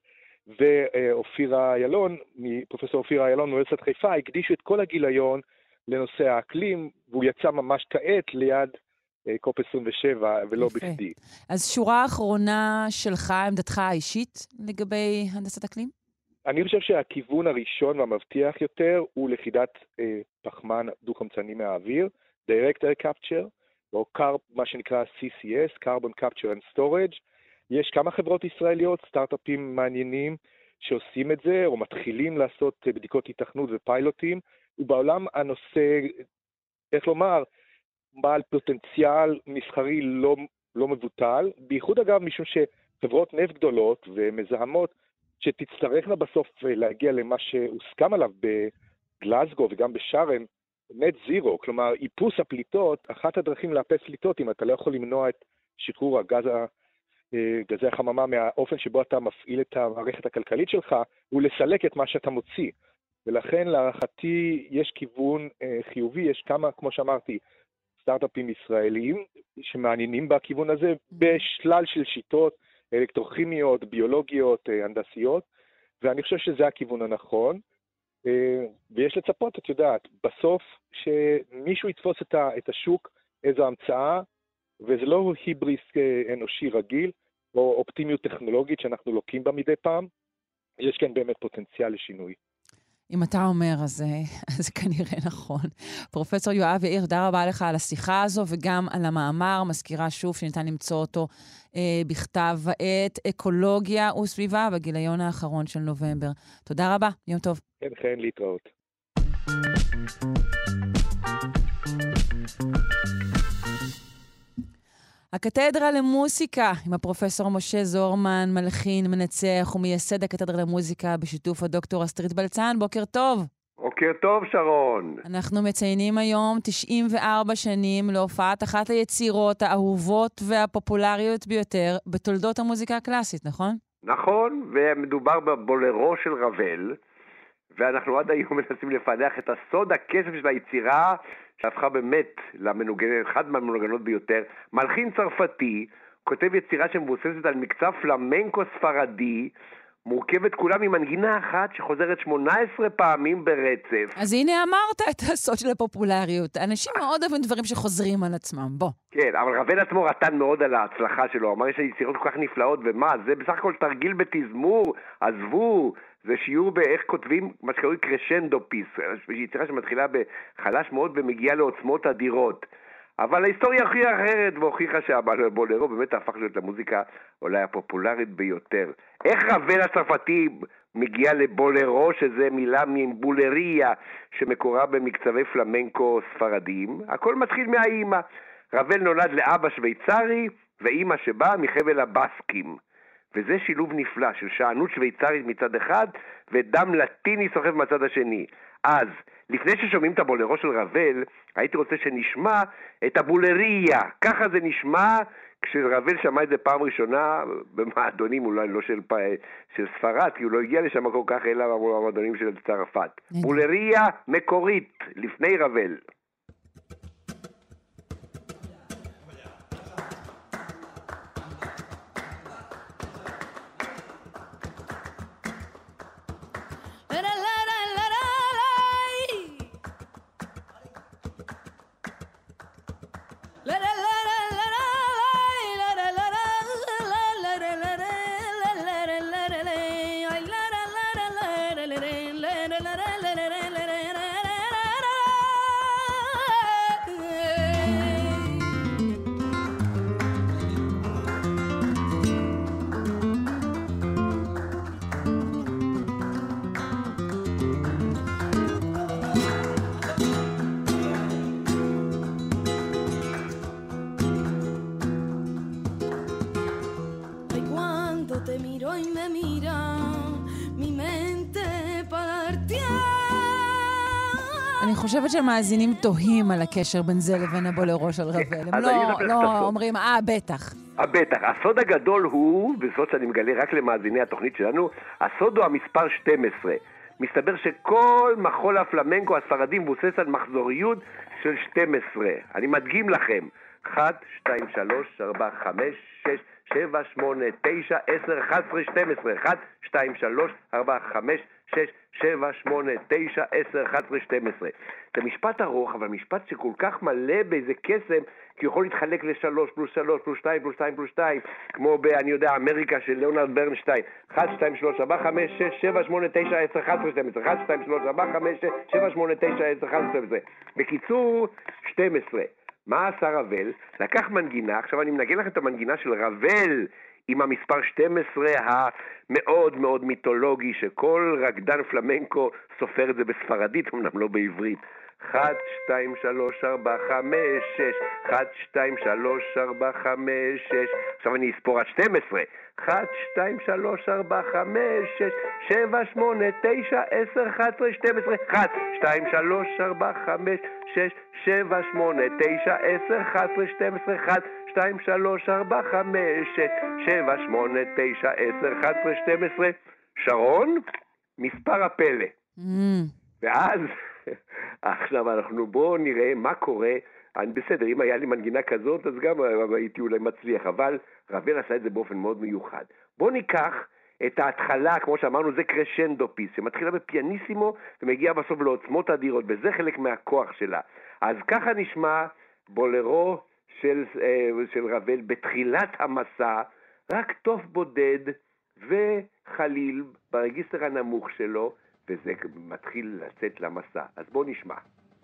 ואופירה אילון, פרופסור אופירה אילון מאוניברסיטת חיפה, הקדישו את כל הגיליון לנושא האקלים, והוא יצא ממש כעת ליד קופ עשרים ושבע, ולא בכדי. אז שורה האחרונה שלך, עמדתך האישית לגבי הנדסת אקלים? אני חושב שהכיוון הראשון והמבטיח יותר הוא לכידת אה, פחמן דו-חמצני מהאוויר, Direct Air Capture, או קאר, מה שנקרא סי סי אס, Carbon Capture and Storage. יש כמה חברות ישראליות, סטארט-אפים מעניינים שעושים את זה, או מתחילים לעשות בדיקות התכנות ופיילוטים, ובעולם הנושא, איך לומר, בעל פוטנציאל מסחרי לא, לא מבוטל, בייחוד אגב משום שחברות נפט גדולות ומזהמות, שתצטרכנה בסוף להגיע למה שהוסכם עליו בגלזגו וגם בשארם, נט זירו, כלומר איפוס הפליטות, אחת הדרכים לאפס פליטות, אם אתה לא יכול למנוע את שחרור הגז, גזי החממה מהאופן שבו אתה מפעיל את המערכת הכלכלית שלך, הוא לסלק את מה שאתה מוציא. ולכן להערכתי יש כיוון חיובי, יש כמה, כמו שאמרתי, סטארט-אפים ישראלים שמעניינים בכיוון הזה בשלל של שיטות אלקטרוכימיות, ביולוגיות, הנדסיות, ואני חושב שזה הכיוון הנכון. ויש לצפות, את יודעת, בסוף שמישהו יתפוס את השוק איזו המצאה, וזה לא היבריס אנושי רגיל, או אופטימיות טכנולוגית שאנחנו לוקים בה מדי פעם, יש כאן באמת פוטנציאל לשינוי. אם אתה אומר, אז זה כנראה נכון. פרופסור יואב יאיר, תודה רבה לך על השיחה הזו, וגם על המאמר, מזכירה שוב שניתן למצוא אותו אה, בכתב העת אקולוגיה וסביבה, בגיליון האחרון של נובמבר. תודה רבה, יום טוב. כן, כן, להתראות. הקתדרה למוסיקה, עם הפרופסור משה זורמן, מלחין, מנצח ומייסד הקתדרה למוזיקה בשיתוף הדוקטור אסטרית בלצן. בוקר טוב. בוקר טוב, שרון. אנחנו מציינים היום תשעים וארבע שנים להופעת אחת היצירות האהובות והפופולריות ביותר בתולדות המוזיקה הקלאסית, נכון? נכון, ומדובר בבולרו של רבל, ואנחנו עד היום מנסים לפענח את הסוד הקסם של היצירה, שהפכה באמת למנוגנת, אחד מהמנוגנות ביותר. מלחין צרפתי, כותב יצירה שמבוססת על מקצב פלמנקו ספרדי, מורכבת כולה ממנגינה אחת שחוזרת שמונה עשרה פעמים ברצף. אז הנה אמרת את הסוד של הפופולריות. אנשים מאוד אוהבים דברים שחוזרים על עצמם, בוא. כן, אבל רבל עצמו רטן מאוד על ההצלחה שלו. אמר, יש יצירות כל כך נפלאות, ומה? זה בסך הכל תרגיל בתזמור, עזבו. זה שיעור באיך כותבים מה שקוראים קרשנדו פיס, יצירה שמתחילה בחלש מאוד ומגיעה לעוצמות אדירות. אבל ההיסטוריה הוכיחה אחרת, והוכיחה שהבולרו באמת הפך להיות למוזיקה אולי הפופולרית ביותר. איך רבל הצרפתי מגיע לבולרו, שזה מילה מבולריה, שמקורה במקצבי פלמנקו ספרדיים? הכל מתחיל מהאימא. רבל נולד לאבא שוויצרי, ואימא שבאה מחבל הבסקים. וזה שילוב נפלא של שענות שוויצרית מצד אחד, ודם לטיני סוחב מצד השני. אז, לפני ששומעים את הבולרו של רבל, הייתי רוצה שנשמע את הבולריה. ככה זה נשמע כשרבל שמע את זה פעם ראשונה במועדונים, אולי לא של, של ספרד, כי הוא לא הגיע לשם כל כך, אלא במועדונים של צרפת. בולריה מקורית, לפני רבל. אני חושבת שמאזינים תוהים על הקשר בין זה לבין הבולרו של רבל. הם לא, לא אומרים, אה, בטח. בטח. הסוד הגדול הוא, וזאת שאני מגלה רק למאזיני התוכנית שלנו, הסוד הוא המספר שתים עשרה. מסתבר שכל מחול הפלמנקו הספרדי מבוסס על מחזוריות של שתים עשרה. אני מדגים לכם. אחת, שתיים, שלוש, ארבע, חמש, שש, שבע, שמונה, תשע, עשר, אחת עשרה, שתים עשרה. אחת, שתיים, שלוש, ארבע, חמש, שש, שבע, שמונה, תשע, עשר, אחת עשרה, שתים עשרה. זה משפט ארוך, אבל משפט שכל כך מלא באיזה קסם, כי הוא יכול להתחלק לשלוש, פלוס שלוש, פלוס שתיים, פלוס שתיים, פלוס שתיים, כמו ב, אני יודע, אמריקה של ליאונרד ברנשטיין. אחת, שתיים, שלוש, ארבע, חמש, שש, שבע, שמונה, תשע, עשר, אחת עשרה, שתים עשרה. אחת, שתיים, שלוש, ארבע, חמש, שש, שבע, שמונה, תשע, עשר, אחת עשרה. בקיצור, שתים עשרה. מה עשה רבל? לקח מנגינה, עכשיו אני מנגן לכם את המנגינה של רבל, עם המספר שתים עשרה המאוד מאוד מיתולוגי, שכל רקדן פלמנקו סופר את זה בספרדית, אמנם לא בעברית. אחת, שתיים, שלוש, ארבע, חמש, שש. אחת, שתיים, שלוש, ארבע, חמש, שש. עכשיו אני אספור עד שתים עשרה. אחת, שתיים, שלוש, ארבע, חמש, שש, שבע, שמונה, תשע, עשר, אחת עשרה, שתים עשרה. אחת, שתיים, שלוש, ארבע, חמש, שש, שבע, שמונה, תשע, עשר, אחת עשרה, שתים עשרה. אחת, שתיים, שלוש, ארבע, חמש, שש, שבע, שמונה, תשע, עשר, אחת עשרה, שתים עשרה. שרון, מספר הפלא. ואז, עכשיו אנחנו בואו נראה מה קורה. אני בסדר, אם היה לי מנגינה כזאת, אז גם הייתי אולי מצליח, אבל רבל עשה את זה באופן מאוד מיוחד. בואו ניקח את ההתחלה, כמו שאמרנו, זה קרשנדו פיס, שמתחילה בפיאניסימו ומגיעה בסוף לעוצמות אדירות, וזה חלק מהכוח שלה. אז ככה נשמע בולרו של, של רבל בתחילת המסע, רק טוב בודד וחליל ברגיסטר הנמוך שלו, וזה מתחיל לצאת למסע. אז בואו נשמע.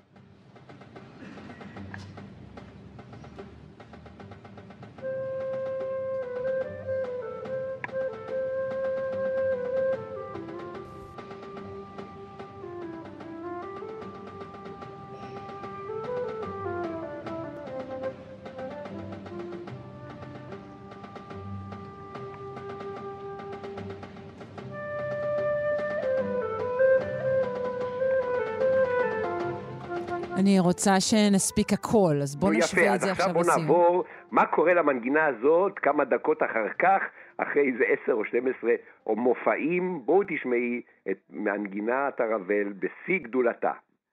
אני רוצה שנספיק הכל, אז בוא נשווה את זה עכשיו לסיום. אז עכשיו בוא נעבור, מה קורה למנגינה הזאת כמה דקות אחר כך, אחרי איזה עשר או שתים עשרה או מופעים, בואו תשמעי את מנגינת הרבל בשיא גדולתה.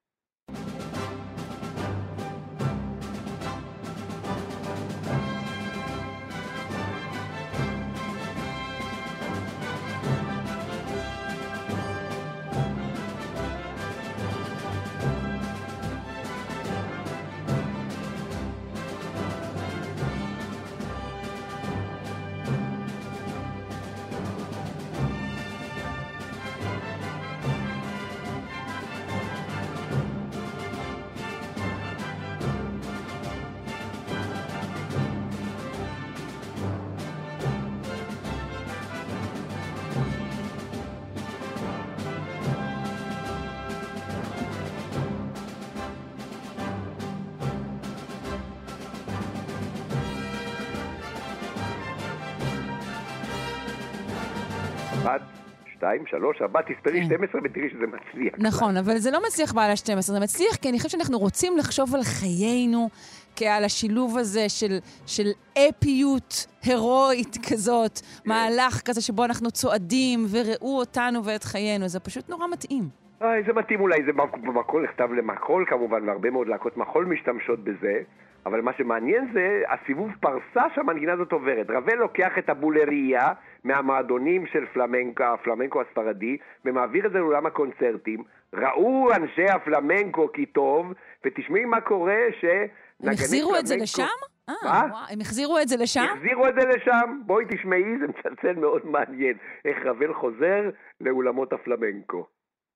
אחת, שתיים, שלוש, ארבע, תספרי שתים עשרה ותראי שזה מצליח. נכון, אבל זה לא מצליח בעל ה-שתים עשרה, זה מצליח כי אני חושבת שאנחנו רוצים לחשוב על חיינו, כעל השילוב הזה של, של אפיות הירואית כזאת, מהלך כזה שבו אנחנו צועדים וראו אותנו ואת חיינו, זה פשוט נורא מתאים. אה, זה מתאים אולי, זה במקול, נכתב למחול כמובן, והרבה מאוד להקות מחול משתמשות בזה, אבל מה שמעניין זה הסיבוב פרסה שהמנגינה הזאת עוברת. רבל לוקח את הבולריה מהמועדונים של פלמנקו, הפלמנקו הספרדי, ומעביר את זה לעולם הקונצרטים. ראו אנשי הפלמנקו כי טוב, ותשמעי מה קורה שנגני פלמנקו... הם החזירו את זה לשם? אה, וואו, הם החזירו את זה לשם? החזירו את זה לשם. בואי תשמעי, זה מצלצל מאוד מעניין. איך רבל חוזר לאולמות הפלמנקו.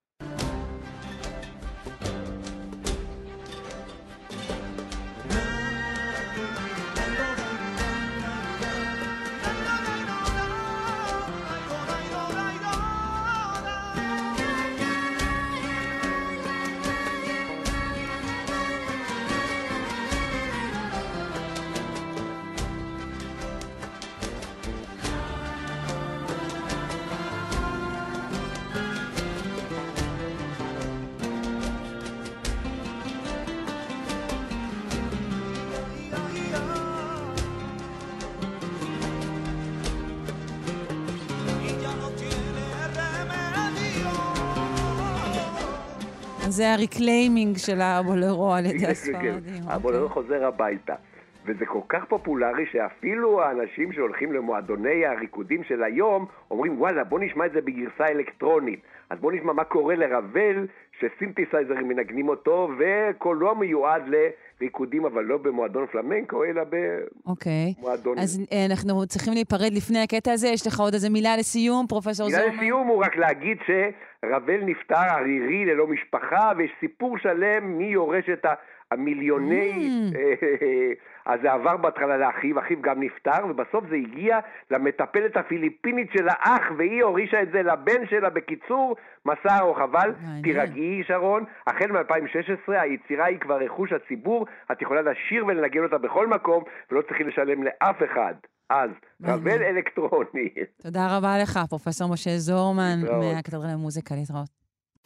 זה הריקליימינג של הבולרו על ידי הספרדים. הבולרו חוזר הביתה. וזה כל כך פופולרי שאפילו האנשים שהולכים למועדוני הריקודים של היום אומרים, וואלה, בוא נשמע את זה בגרסה אלקטרונית. אז בוא נשמע מה קורה לרבל, שסינתסייזרים מנגנים אותו, וקולו מיועד לריקודים, אבל לא במועדון פלמנקו, אלא במועדון... אוקיי, אז אנחנו צריכים להיפרד לפני הקטע הזה. יש לך עוד איזה מילה לסיום, פרופסור זורמן? מילה לסיום הוא רק להגיד שרבל נפטר ערירי ללא משפחה, ויש סיפור שלם מי יורש את המיליוני, אז זה עבר בהתחלה לאחיו, אחיו גם נפטר, ובסוף זה הגיע למטפלת הפיליפינית של האח, והיא הורישה את זה לבן שלה. בקיצור, מסע ארוך, אבל תירגעי שרון, החל מ-אלפיים ושש עשרה היצירה היא כבר רכוש הציבור, את יכולה לשיר ולנגן אותה בכל מקום, ולא צריכים לשלם לאף אחד. אז, קבל אלקטרוני. תודה רבה לך, פרופסור משה זורמן, מהקתדרה למוזיקה. להתראות.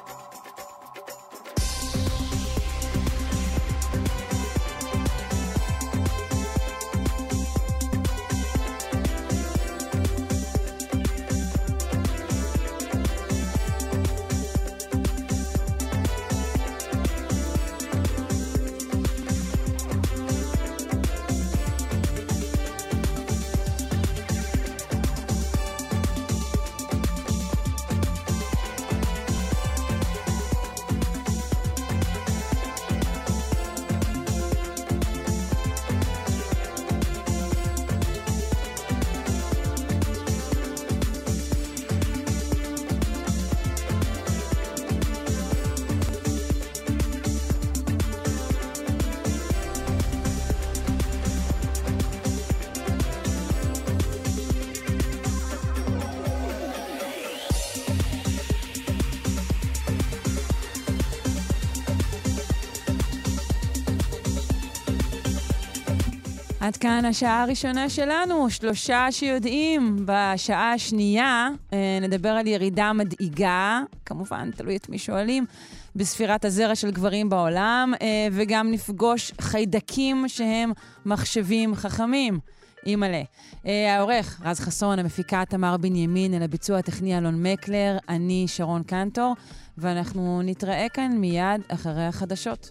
עד כאן השעה הראשונה שלנו, שלושה שיודעים. בשעה השנייה נדבר על ירידה מדאיגה, כמובן, תלוי את מי שואלים, בספירת הזרע של גברים בעולם, וגם נפגוש חיידקים שהם מחשבים חכמים. אימאלה. העורך רז חסון, המפיקה תמר בנימין, אל הביצוע הטכני אלון מקלר, אני שרון קנטור, ואנחנו נתראה כאן מיד אחרי החדשות.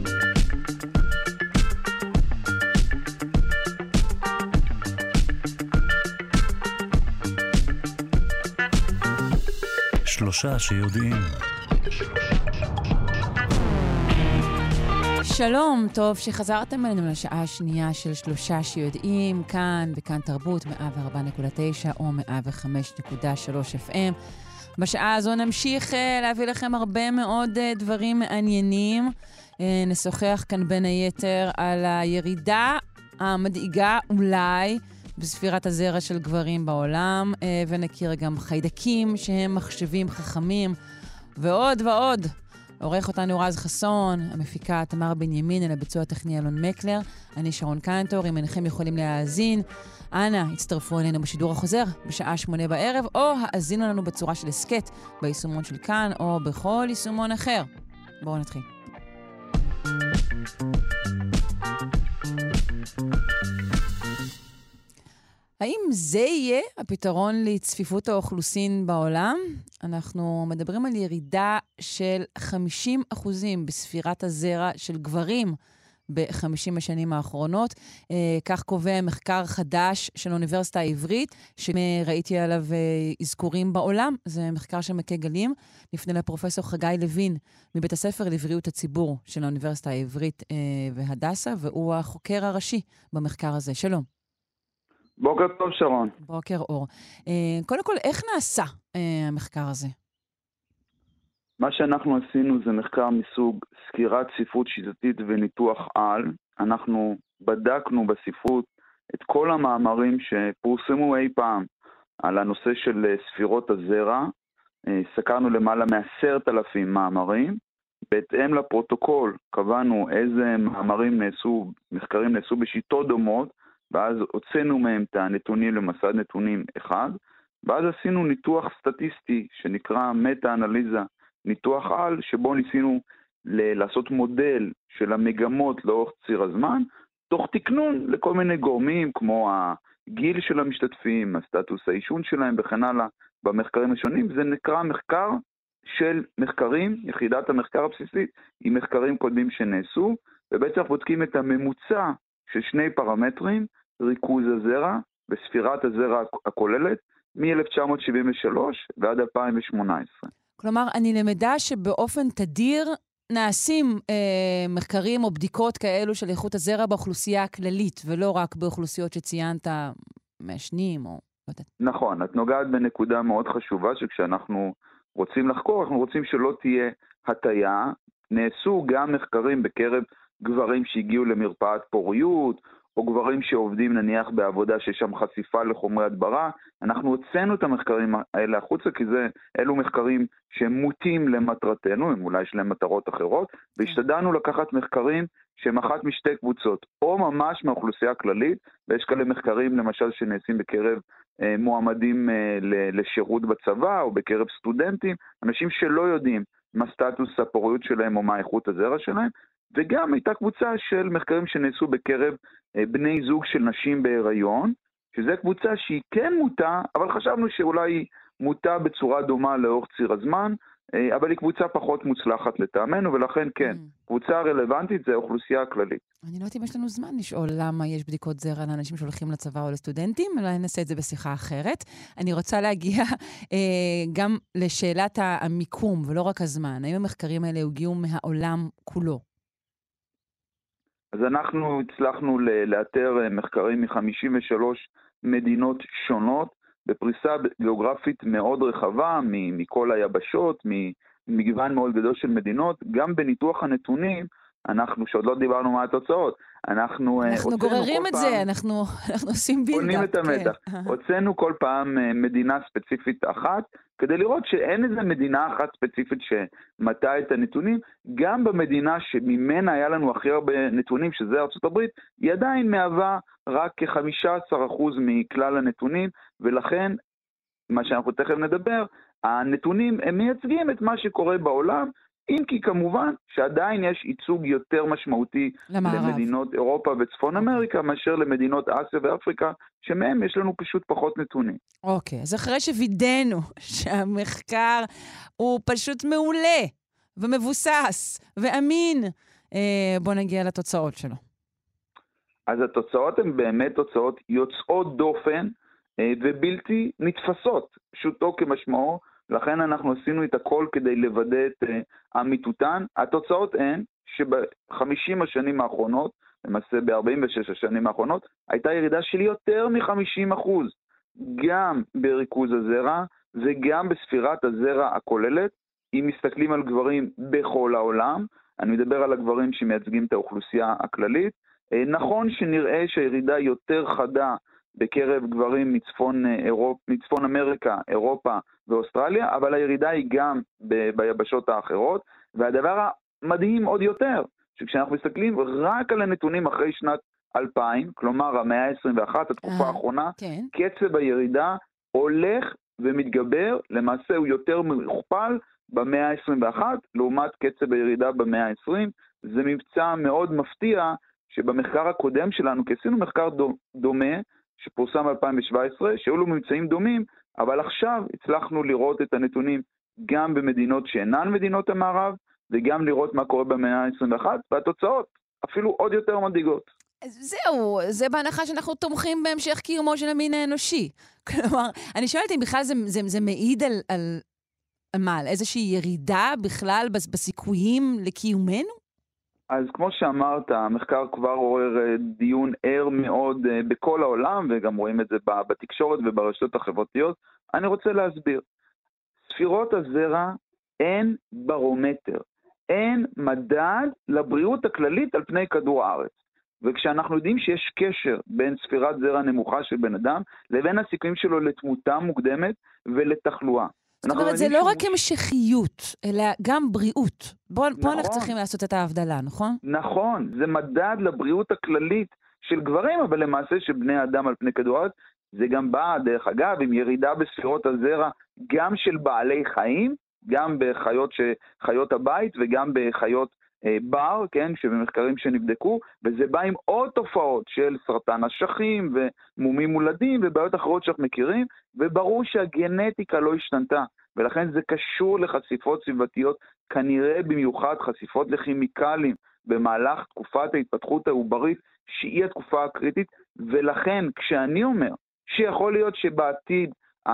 שלושה שיודעים. שלום, טוב שחזרתם אלינו לשעה השנייה של שלושה שיודעים, כאן בכאן תרבות מאה וארבע נקודה תשע או מאה וחמש נקודה שלוש אף אם. בשעה הזו נמשיך להביא לכם הרבה מאוד דברים מעניינים. נשוחח כאן בין היתר על הירידה המדאיגה אולי בספירת הזרע של גברים בעולם, ונכיר גם חיידקים שהם מחשבים חכמים, ועוד ועוד. עורך אותנו רז חסון, המפיקה תמר בנימין, אל הביצוע הטכני אלון מקלר. אני שרון קנטור, אם אינכם יכולים להאזין, אנא, הצטרפו אלינו בשידור החוזר בשעה שמונה בערב, או האזינו לנו בצורה של הסקט, ביישומון של כאן, או בכל יישומון אחר. בואו נתחיל. האם זה יהיה הפתרון לצפיפות האוכלוסין בעולם? אנחנו מדברים על ירידה של חמישים אחוזים בספירת הזרע של גברים ב-חמישים השנים האחרונות. אה, כך קובע מחקר חדש של האוניברסיטה העברית, שראיתי עליו אה, אזכורים בעולם. זה מחקר שמכה גלים. נפנה לפרופסור חגי לוין, מבית הספר לבריאות הציבור של האוניברסיטה העברית אה, והדסה, והוא החוקר הראשי במחקר הזה. שלום. בוקר טוב, שרון. בוקר אור. אה, קודם כל, איך נעשה אה, המחקר הזה? מה שאנחנו עשינו זה מחקר מסוג סקירת ספרות שיטתית וניתוח על. אנחנו בדקנו בספרות את כל המאמרים שפורסמו אי פעם על הנושא של ספירות הזרע. אה, סקרנו למעלה מעשרת אלפים מאמרים. בהתאם לפרוטוקול קבענו איזה מאמרים נעשו, מחקרים נעשו בשיטות דומות, ואז הוצאנו מהם את הנתונים למסד נתונים אחד, ואז עשינו ניתוח סטטיסטי שנקרא מטה-אנליזה, ניתוח על, שבו ניסינו ל- לעשות מודל של המגמות לאורך ציר הזמן, תוך תקנון לכל מיני גורמים, כמו הגיל של המשתתפים, הסטטוס העישון שלהם וכן הלאה, במחקרים השונים. זה נקרא מחקר של מחקרים, יחידת המחקר הבסיסית, עם מחקרים קודמים שנעשו, ובעצם בודקים את הממוצע של שני פרמטרים, ריכוז הזרע בספירת הזרע הכוללת, מ-אלף תשע מאות שבעים ושלוש ועד אלפיים ושמונה עשרה. כלומר, אני למדה שבאופן תדיר נעשים אה, מחקרים או בדיקות כאלו של איכות הזרע באוכלוסייה הכללית, ולא רק באוכלוסיות שציינת מעשנים או... נכון, את נוגעת בנקודה מאוד חשובה, שכשאנחנו רוצים לחקור, אנחנו רוצים שלא תהיה הטיה. נעשו גם מחקרים בקרב גברים שהגיעו למרפאת פוריות, או גברים שעובדים נניח בעבודה שיש שם חשיפה לחומרי הדברה. אנחנו הוצאנו את המחקרים האלה החוצה, כי זה, אלו מחקרים שהם מוטים למטרתנו, הם אולי יש להם מטרות אחרות, והשתדלנו לקחת מחקרים שהם אחת משתי קבוצות, או ממש מהאוכלוסייה הכללית, ויש כאלה מחקרים למשל שנעשים בקרב אה, מועמדים אה, לשירות בצבא, או בקרב סטודנטים, אנשים שלא יודעים מה סטטוס הפוריות שלהם או מה איכות הזרע שלהם, וגם הייתה קבוצה של מחקרים שנעשו בקרב בני זוג של נשים בהיריון, שזו קבוצה שהיא כן מוטה, אבל חשבנו שאולי היא מוטה בצורה דומה לאורך ציר הזמן, אבל היא קבוצה פחות מוצלחת לטעמנו, ולכן כן, קבוצה רלוונטית זה האוכלוסייה הכללית. אני לא יודעת אם יש לנו זמן לשאול למה יש בדיקות זרע לאנשים שהולכים לצבא או לסטודנטים, אולי נעשה את זה בשיחה אחרת. אני רוצה להגיע אה, גם לשאלת המיקום, ולא רק הזמן. האם המחקרים האלה הגיעו מהעולם כולו? אז אנחנו הצלחנו לאתר מחקרים מ-חמישים ושלוש מדינות שונות, בפריסה גיאוגרפית מאוד רחבה, מכל היבשות, ממגוון מאוד גדול של מדינות. גם בניתוח הנתונים, אנחנו שעוד לא דיברנו מה התוצאות, אנחנו... אנחנו גוררים את זה, אנחנו עושים בילדאפ. בונים את המתח. הוצאנו כל פעם מדינה ספציפית אחת, כדי לראות שאין איזה מדינה אחת ספציפית שמטה את הנתונים, גם במדינה שממנה היה לנו הכי הרבה נתונים, שזה ארצות הברית, היא עדיין מהווה רק כ-חמישה עשר אחוז מכלל הנתונים, ולכן, מה שאנחנו תכף נדבר, הנתונים הם מייצגים את מה שקורה בעולם, אם כי כמובן שעדיין יש ייצוג יותר משמעותי למערב. למדינות אירופה וצפון okay. אמריקה, מאשר למדינות אסיה ואפריקה, שמהם יש לנו פשוט פחות נתונים. אוקיי, okay. אז אחרי שווידאנו שהמחקר הוא פשוט מעולה ומבוסס ואמין, אה, בוא נגיע לתוצאות שלו. אז התוצאות הן באמת תוצאות יוצאות דופן אה, ובלתי נתפסות, פשוטו כמשמעו, לכן אנחנו עשינו את הכל כדי לוודא את uh, אמיתותן. התוצאות הן שב-חמישים השנים האחרונות, למעשה ב-ארבעים ושש השנים האחרונות, הייתה ירידה של יותר מ-חמישים אחוז, גם בריכוז הזרע וגם בספירת הזרע הכוללת. אם מסתכלים על גברים בכל העולם, אני מדבר על הגברים שמייצגים את האוכלוסייה הכללית, uh, נכון שנראה שהירידה יותר חדה בקרב גברים מצפון, אירופ, מצפון אמריקה, אירופה ואוסטרליה, אבל הירידה היא גם ב- ביבשות האחרות, והדבר המדהים עוד יותר, שכשאנחנו מסתכלים רק על הנתונים אחרי שנת אלפיים, כלומר המאה ה-עשרים ואחת, התקופה האחרונה, כן. קצב הירידה הולך ומתגבר, למעשה הוא יותר מוכפל במאה ה-עשרים ואחת, לעומת קצב הירידה במאה ה-עשרים, זה מבצע מאוד מפתיע, שבמחקר הקודם שלנו, כי עשינו מחקר דומה, שפורסם ב-אלפיים שבע עשרה, שהיו לו ממצאים דומים, אבל עכשיו הצלחנו לראות את הנתונים גם במדינות שאינן מדינות המערב, וגם לראות מה קורה במאה ה-עשרים ואחת, והתוצאות אפילו עוד יותר מדאיגות. זהו, זה בהנחה שאנחנו תומכים בהמשך קיומו של המין האנושי. כלומר, אני שואלת אם בכלל זה, זה, זה מעיד על, על, על מה, על איזושהי ירידה בכלל בסיכויים לקיומנו? אז כמו שאמרת, המחקר כבר עורר דיון ער מאוד בכל העולם, וגם רואים את זה בתקשורת וברשתות החברתיות. אני רוצה להסביר. ספירות הזרע אין ברומטר, אין מדד לבריאות הכללית על פני כדור הארץ. וכשאנחנו יודעים שיש קשר בין ספירת זרע נמוכה של בן אדם, לבין הסיכויים שלו לתמותה מוקדמת ולתחלואה. זאת אומרת, זה לא רק המשכיות, אלא גם בריאות. פה אנחנו צריכים לעשות את ההבדלה, נכון? נכון, זה מדד לבריאות הכללית של גברים, אבל למעשה של בני אדם על פני כדור הארץ. זה גם בא, דרך אגב, עם ירידה בספירות הזרע, גם של בעלי חיים, גם בחיות חיות הבית וגם בחיות אה, בר, כן, שבמחקרים שנבדקו, וזה בא עם עוד תופעות של סרטן אשכים ומומים מולדים ובעיות אחרות שאנחנו מכירים, וברור שהגנטיקה לא השתנתה, ולכן זה קשור לחשיפות סביבתיות, כנראה במיוחד חשיפות לכימיקלים במהלך תקופת ההתפתחות העוברית, שהיא התקופה הקריטית, ולכן כשאני אומר שיכול להיות שבעתיד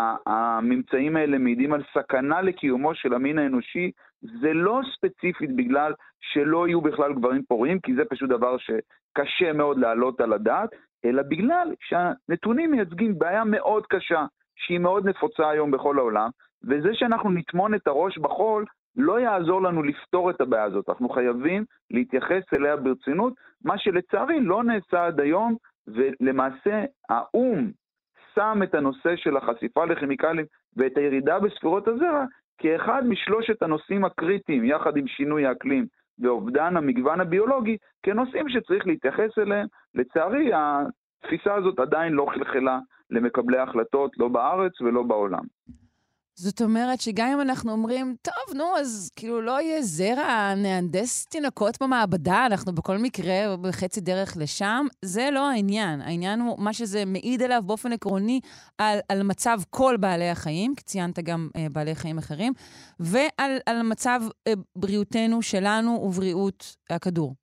הממצאים האלה מעידים על סכנה לקיומו של המין האנושי, זה לא ספציפית בגלל שלא יהיו בכלל גברים פוריים, כי זה פשוט דבר שקשה מאוד לעלות על הדעת, אלא בגלל שהנתונים מייצגים בעיה מאוד קשה, שהיא מאוד נפוצה היום בכל העולם, וזה שאנחנו נטמון את הראש בחול, לא יעזור לנו לפתור את הבעיה הזאת. אנחנו חייבים להתייחס אליה ברצינות, מה שלצערי לא נעשה עד היום, ולמעשה האום שם את הנושא של החשיפה לכימיקלים ואת הירידה בספירות הזרע כאחד משלושת הנושאים הקריטיים, יחד עם שינוי האקלים ואובדן המגוון הביולוגי, כנושאים שצריך להתייחס אליהם. לצערי, התפיסה הזאת עדיין לא חלחלה למקבלי ההחלטות, לא בארץ ולא בעולם. זאת אומרת שגם אם אנחנו אומרים, טוב, נו, אז כאילו לא יהיה זרע, נהנדס תינוקות במעבדה, אנחנו בכל מקרה בחצי דרך לשם, זה לא העניין. העניין הוא מה שזה מעיד עליו באופן עקרוני על, על מצב כל בעלי החיים, כי ציינת גם אה, בעלי חיים אחרים, ועל על מצב אה, בריאותנו שלנו ובריאות הכדור.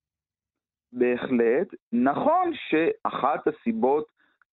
בהחלט. נכון שאחת הסיבות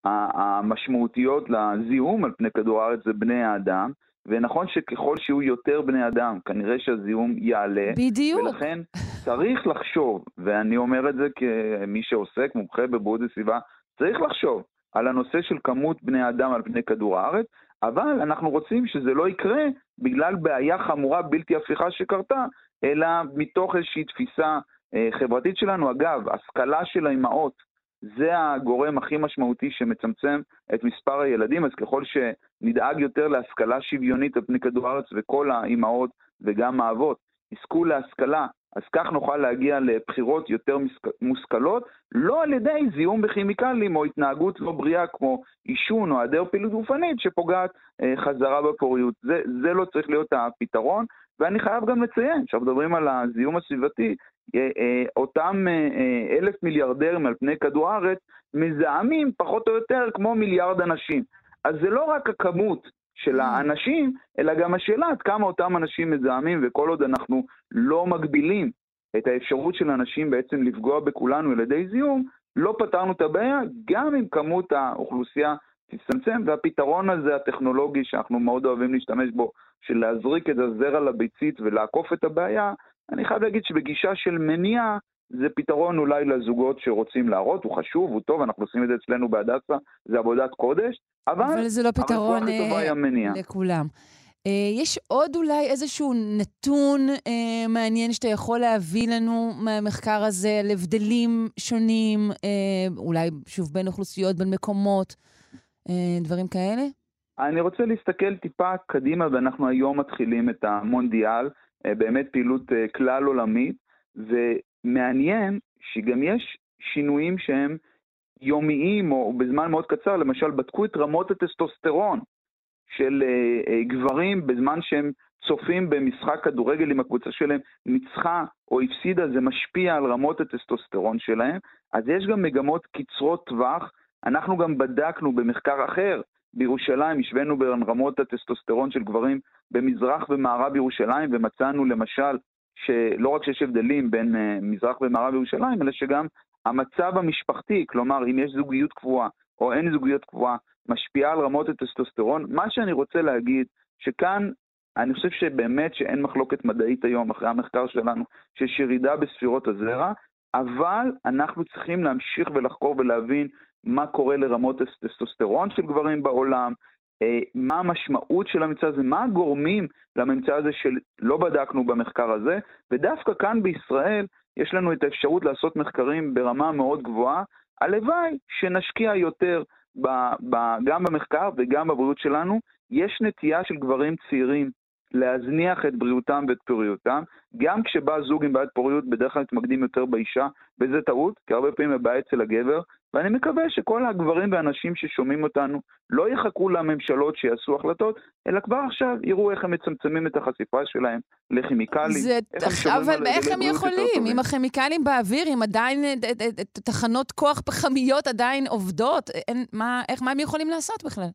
המשמעותיות לזיהום על פני כדור הארץ זה בני האדם, ונכון שככל שיהיו יותר בני אדם, כנראה שהזיהום יעלה. בדיוק. ולכן צריך לחשוב, ואני אומר את זה כמי שעוסק, מומחה בבריאות הסביבה, צריך לחשוב על הנושא של כמות בני אדם על פני כדור הארץ, אבל אנחנו רוצים שזה לא יקרה בגלל בעיה חמורה בלתי הפיכה שקרתה, אלא מתוך איזושהי תפיסה אה, חברתית שלנו. אגב, השכלה של האימהות, זה הגורם הכי משמעותי שמצמצם את מספר הילדים, אז ככל שנדאג יותר להשכלה שוויונית על פני כדור הארץ, וכל האימהות וגם האבות יזכו להשכלה, אז כך נוכל להגיע לבחירות יותר מושכלות, לא על ידי זיהום בכימיקלים או התנהגות לא בריאה כמו עישון או היעדר פעילות גופנית שפוגעת אה, חזרה בפוריות. זה, זה לא צריך להיות הפתרון, ואני חייב גם לציין, כשאנחנו מדברים על הזיהום הסביבתי, אותם אלף מיליארדרים על פני כדור הארץ מזהמים פחות או יותר כמו מיליארד אנשים. אז זה לא רק הכמות של האנשים, אלא גם השאלה עד כמה אותם אנשים מזהמים, וכל עוד אנחנו לא מגבילים את האפשרות של אנשים בעצם לפגוע בכולנו על ידי זיהום, לא פתרנו את הבעיה, גם אם כמות האוכלוסייה תצטמצם. והפתרון הזה הטכנולוגי שאנחנו מאוד אוהבים להשתמש בו, של להזריק את הזרע לביצית ולעקוף את הבעיה, אני חייב להגיד שבגישה של מניעה, זה פתרון אולי לזוגות שרוצים להראות, הוא חשוב, הוא טוב, אנחנו עושים את זה אצלנו בהדסה, זה עבודת קודש, אבל, אבל זה לא פתרון לכולם. יש עוד אולי איזשהו נתון אה, מעניין שאתה יכול להביא לנו מהמחקר הזה, לבדלים שונים, אה, אולי שוב בין אוכלוסיות, בין מקומות, אה, דברים כאלה? אני רוצה להסתכל טיפה קדימה, ואנחנו היום מתחילים את המונדיאל, באמת פעילות כלל עולמית, ומעניין שגם יש שינויים שהם יומיים או בזמן מאוד קצר. למשל, בדקו את רמות הטסטוסטרון של גברים בזמן שהם צופים במשחק כדורגל, אם הקבוצה שלהם ניצחה או הפסידה, זה משפיע על רמות הטסטוסטרון שלהם. אז יש גם מגמות קצרות טווח. אנחנו גם בדקנו במחקר אחר בירושלים, השווינו בין רמות הטסטוסטרון של גברים במזרח ומערב ירושלים, ומצאנו למשל שלא רק שיש הבדלים בין uh, מזרח ומערב ירושלים, אלא שגם המצב המשפחתי, כלומר אם יש זוגיות קבועה או אין זוגיות קבועה, משפיעה על רמות הטסטוסטרון. מה שאני רוצה להגיד, שכאן אני חושב שבאמת שאין מחלוקת מדעית היום אחרי המחקר שלנו, שיש ירידה בספירות הזרע, אבל אנחנו צריכים להמשיך ולחקור ולהבין מה קורה לרמות הטסטוסטרון של גברים בעולם, מה המשמעות של הממצא הזה, מה הגורמים לממצא הזה שלא בדקנו במחקר הזה, ודווקא כאן בישראל יש לנו את האפשרות לעשות מחקרים ברמה מאוד גבוהה. הלוואי שנשקיע יותר ב, ב, גם במחקר וגם בבריאות שלנו. יש נטייה של גברים צעירים להזניח את בריאותם ואת פוריותם, גם כשבא זוג עם בעיית פוריות בדרך כלל מתמקדים יותר באישה, וזה טעות, כי הרבה פעמים הבעיה אצל הגבר, ואני מקווה שכל הגברים והאנשים ששומעים אותנו לא יחכו לממשלות שיעשו החלטות, אלא כבר עכשיו יראו איך הם מצמצמים את החשיפה שלהם לכימיקלים. זה, אבל איך הם יכולים? אם הכימיקלים באוויר, אם עדיין תחנות כוח פחמיות עדיין עובדות, אין, מה, איך, מה הם יכולים לעשות בכלל?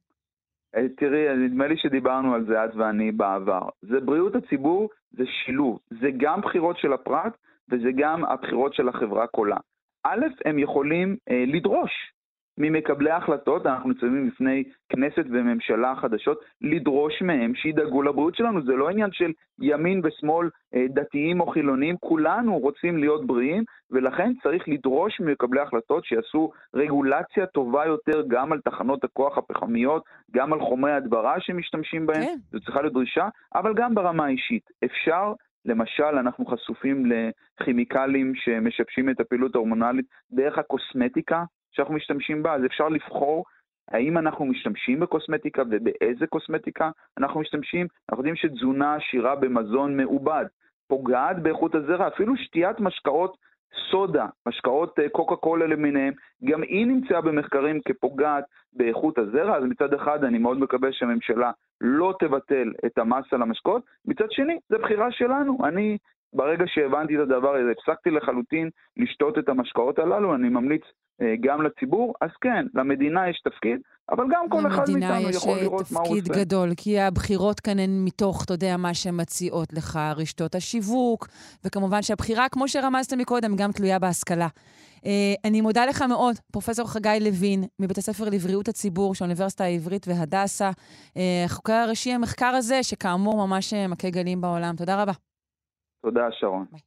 תראי, נדמה לי שדיברנו על זה את ואני בעבר. זה בריאות הציבור, זה שילוב. זה גם בחירות של הפרט, וזה גם הבחירות של החברה כולה. א', הם יכולים אה, לדרוש ממקבלי ההחלטות, אנחנו ניצבים לפני כנסת וממשלה חדשות, לדרוש מהם שידאגו לבריאות שלנו. זה לא עניין של ימין ושמאל, אה, דתיים או חילונים, כולנו רוצים להיות בריאים, ולכן צריך לדרוש ממקבלי ההחלטות שיעשו רגולציה טובה יותר גם על תחנות הכוח הפחמיות, גם על חומרי הדברה שמשתמשים בהם, okay. זו צריכה להיות דרישה, אבל גם ברמה האישית. אפשר למשל, אנחנו חשופים לכימיקלים שמשבשים את הפעילות ההורמונלית דרך הקוסמטיקה שאנחנו משתמשים בה, אז אפשר לבחור האם אנחנו משתמשים בקוסמטיקה ובאיזה קוסמטיקה אנחנו משתמשים. אנחנו יודעים שתזונה עשירה במזון מעובד פוגעת באיכות הזרע, אפילו שתיית משקאות סודה, משקאות קוקה קולה למיניהם, גם היא נמצאה במחקרים כפוגעת באיכות הזרע. אז מצד אחד אני מאוד מקווה שהממשלה לא תבטל את המס על המשקאות, מצד שני זה בחירה שלנו. אני ברגע שהבנתי את הדבר הזה, הפסקתי לחלוטין לשתות את המשקאות הללו. אני ממליץ גם לציבור, אז כן, למדינה יש תפקיד, אבל גם כל אחד מאיתנו יכול לראות מה הוא עושה. למדינה יש תפקיד גדול, כי הבחירות כאן הן מתוך, אתה יודע, מה שהן מציעות לך, רשתות השיווק, וכמובן שהבחירה, כמו שרמזתם מקודם, גם תלויה בהשכלה. אני מודה לך מאוד, פרופסור חגי לוין, מבית הספר לבריאות הציבור של האוניברסיטה העברית והדסה, חוקר הראשי המחקר הזה, שכאמור ממש מכה גלים בעולם. תודה רבה. תודה, שרון. ביי.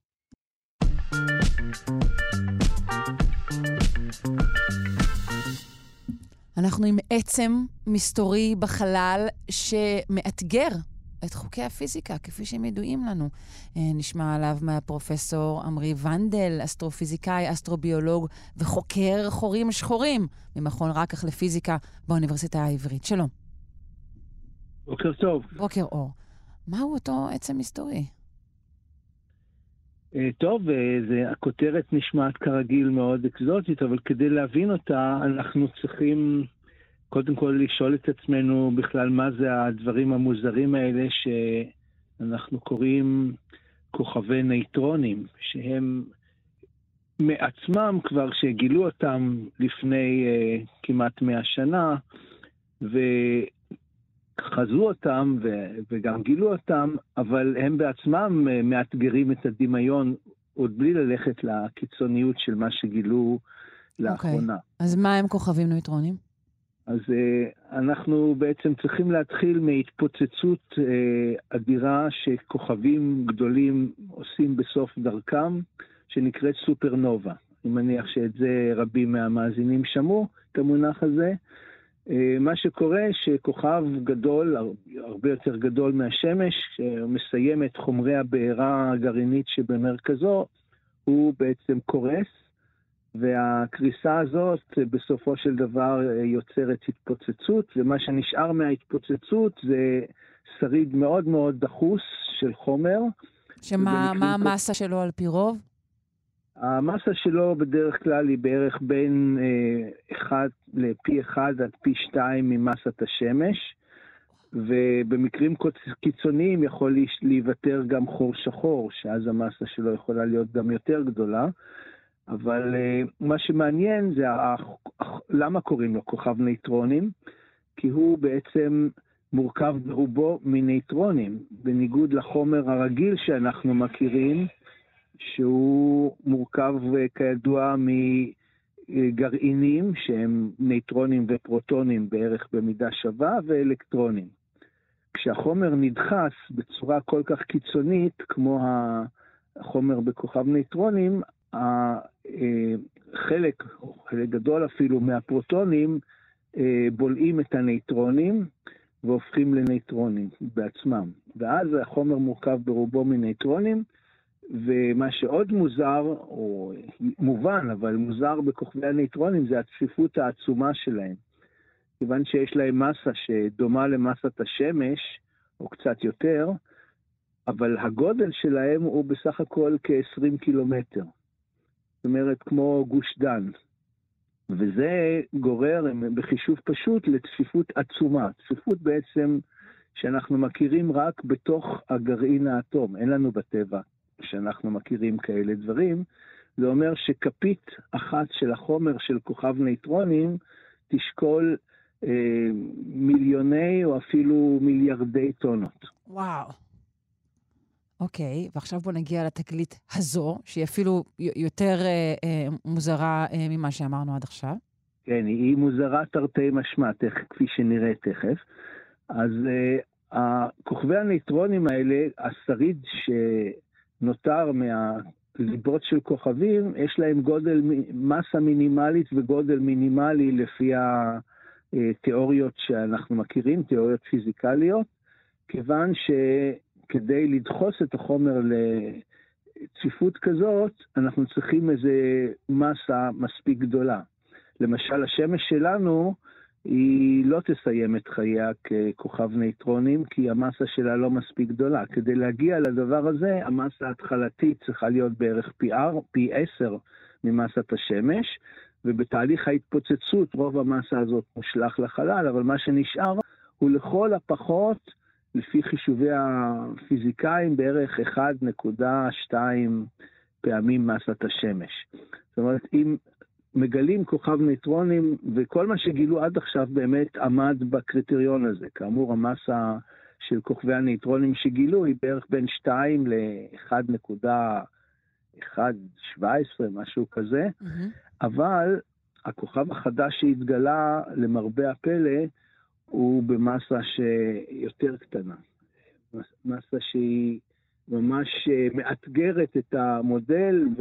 אנחנו עם עצם מסתורי בחלל שמאתגר את חוקי הפיזיקה, כפי שהם ידועים לנו. נשמע עליו מהפרופסור עמרי ונדל, אסטרופיזיקאי, אסטרוביולוג וחוקר חורים שחורים, ממכון רקח לפיזיקה באוניברסיטה העברית. שלום. בוקר טוב. בוקר אור. מהו אותו עצם מסתורי? טוב, זה, הכותרת נשמעת כרגיל מאוד אקזוטית, אבל כדי להבין אותה אנחנו צריכים קודם כל לשאול את עצמנו בכלל מה זה הדברים המוזרים האלה שאנחנו קוראים כוכבי נייטרונים, שהם מעצמם כבר שגילו אותם לפני uh, כמעט מאה שנה, ו... חזו אותם ו- וגם גילו אותם, אבל הם בעצמם מאתגרים את הדמיון, עוד בלי ללכת לקיצוניות של מה שגילו לאחרונה. Okay. אז מה הם כוכבים נייטרונים? אז uh, אנחנו בעצם צריכים להתחיל מהתפוצצות uh, אדירה שכוכבים גדולים עושים בסוף דרכם, שנקראת סופרנובה. אני מניח שאת זה רבים מהמאזינים שמעו, את המונח הזה. מה שקורה שכוכב גדול, הרבה יותר גדול מהשמש, שמסיים את חומרי הבעירה הגרעינית שבמרכזו, הוא בעצם קורס, והקריסה הזאת בסופו של דבר יוצרת התפוצצות, ומה שנשאר מההתפוצצות זה שריד מאוד מאוד דחוס של חומר. שמה מה המסה שלו על פי רוב? המסה שלו בדרך כלל היא בערך בין אה, אחד לפי אחד עד פי שתיים ממסת השמש, ובמקרים קיצוניים יכול להיוותר גם חור שחור, שאז המסה שלו יכולה להיות גם יותר גדולה. אבל אה, מה שמעניין זה ה- למה קוראים לו כוכב נייטרונים, כי הוא בעצם מורכב ברובו מנייטרונים, בניגוד לחומר הרגיל שאנחנו מכירים, שהוא מורכב כידוע מגרעינים שהם נייטרונים ופרוטונים בערך במידה שווה ואלקטרונים. כשהחומר נדחס בצורה כל כך קיצונית כמו החומר בכוכב נייטרונים, חלק, חלק גדול אפילו מהפרוטונים בולעים את הנייטרונים והופכים לנייטרונים בעצמם. ואז החומר מורכב ברובו מנייטרונים, ומה שעוד מוזר, או מובן, אבל מוזר בכוכבי הנייטרונים, זה הצפיפות העצומה שלהם. כיוון שיש להם מסה שדומה למסת השמש, או קצת יותר, אבל הגודל שלהם הוא בסך הכל כ-עשרים קילומטר. זאת אומרת, כמו גוש דן. וזה גורר בחישוב פשוט לצפיפות עצומה. צפיפות בעצם שאנחנו מכירים רק בתוך הגרעין האטום. אין לנו בטבע שאנחנו מכירים כאלה דברים. זה אומר שכפית אחת של החומר של כוכב נייטרונים תשקול אה, מיליוני או אפילו מיליארדי טונות. וואו. אוקיי, ועכשיו בוא נגיע לתקלית הזו, שהיא אפילו יותר אה, אה, מוזרה אה, ממה שאמרנו עד עכשיו. כן, היא מוזרה תרתי משמע, כפי שנראה תכף. אז אה, כוכבי הנייטרונים האלה, השריד שנותר מהליבות של כוכבים, יש להם גודל, מסה מינימלית וגודל מינימלי לפי התיאוריות שאנחנו מכירים, תיאוריות פיזיקליות, כיוון ש... כדי לדחוס את החומר לצפיפות כזאת, אנחנו צריכים איזה מסה מספיק גדולה. למשל, השמש שלנו, היא לא תסיים את חייה ככוכב נייטרונים, כי המסה שלה לא מספיק גדולה. כדי להגיע לדבר הזה, המסה ההתחלתית צריכה להיות בערך פי, פי עשר ממסת השמש, ובתהליך ההתפוצצות רוב המסה הזאת מושלך לחלל, אבל מה שנשאר הוא לכל הפחות, לפי חישובי הפיזיקאים, בערך אחת נקודה שתיים פעמים מסת השמש. זאת אומרת, אם מגלים כוכב נייטרונים, וכל מה שגילו עד עכשיו באמת עמד בקריטריון הזה. כאמור, המסה של כוכבי הנייטרונים שגילו היא בערך בין שתיים ל-אחת נקודה אחת שבע עשרה, משהו כזה. Mm-hmm. אבל הכוכב החדש שהתגלה, למרבה הפלא, הוא במסה שיותר קטנה. מסה שהיא ממש מאתגרת את המודל, ו...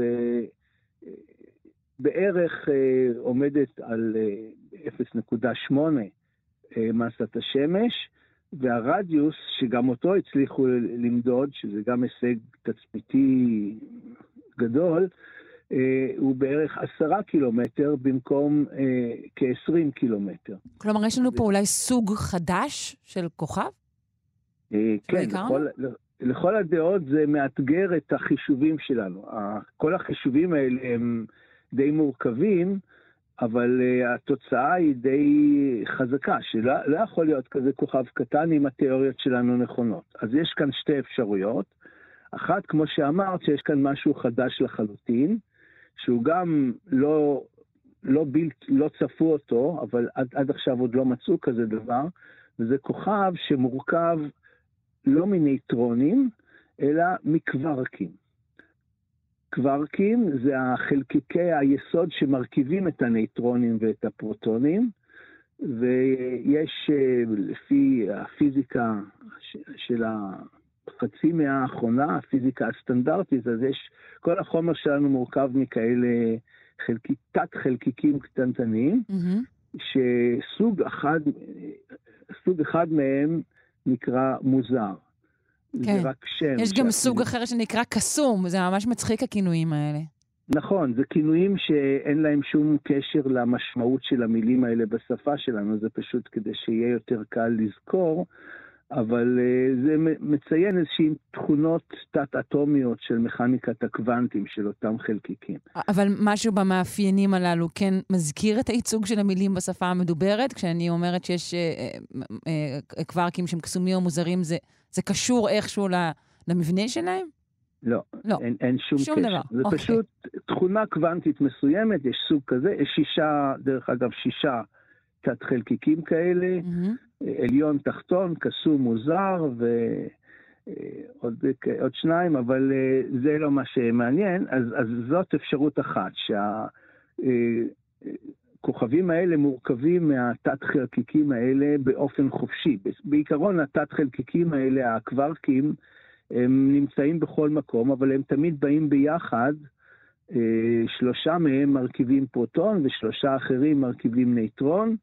בערך אה, עומדת על אה, אפס נקודה שמונה אה, מסת השמש, והרדיוס, שגם אותו הצליחו למדוד, שזה גם הישג תצפיתי גדול, אה, הוא בערך עשרה קילומטר במקום אה, כ-עשרים קילומטר. כלומר, יש לנו פה אולי סוג חדש של כוכב? אה, כן, לכל, לכל הדעות זה מאתגר את החישובים שלנו. כל החישובים האלה הם די מורכבים, אבל uh, התוצאה היא די חזקה, שלא לא יכול להיות כזה כוכב קטן אם התיאוריות שלנו נכונות. אז יש כאן שתי אפשרויות. אחת, כמו שאמרת, שיש כאן משהו חדש לחלוטין, שהוא גם לא, לא, בלת, לא צפו אותו, אבל עד, עד עכשיו עוד לא מצאו כזה דבר, וזה כוכב שמורכב לא מנייטרונים, אלא מקווארקים. קווארקים זה החלקיקי היסוד שמרכיבים את הנייטרונים ואת הפרוטונים, ויש לפי הפיזיקה של החצי מאה האחרונה, הפיזיקה הסטנדרטית, אז יש, כל החומר שלנו מורכב מכאלה חלקי, תת חלקיקים קטנטניים, mm-hmm. שסוג אחד, סוג אחד מהם נקרא מוזר. כן. זה רק שם. יש גם סוג אחר שנקרא קסום, זה ממש מצחיק הכינויים האלה. נכון, זה כינויים שאין להם שום קשר למשמעות של המילים האלה בשפה שלנו, זה פשוט כדי שיהיה יותר קל לזכור, אבל uh, זה מציין איזושהי תכונות תת-אטומיות של מכניקת הקוונטים של אותם חלקיקים. אבל משהו במאפיינים הללו כן מזכיר את הייצוג של המילים בשפה המדוברת, כשאני אומרת שיש uh, uh, uh, קווארקים שהם קסומיים או מוזרים, זה, זה קשור איכשהו למבנה שלהם? לא, לא. אין, אין שום, שום קשר. דבר. זה אוקיי. פשוט תכונה קוונטית מסוימת, יש סוג כזה, יש שישה, דרך אגב, שישה תת חלקיקים כאלה, mm-hmm. עליון תחתון, קסום מוזר, ועוד עוד שניים, אבל זה לא מה שמעניין, אז, אז זאת אפשרות אחת, שהכוכבים האלה מורכבים מהתת חלקיקים האלה באופן חופשי. בעיקרון התת חלקיקים האלה, הקווארקים, הם נמצאים בכל מקום, אבל הם תמיד באים ביחד, שלושה מהם מרכיבים פרוטון ושלושה אחרים מרכיבים נייטרון,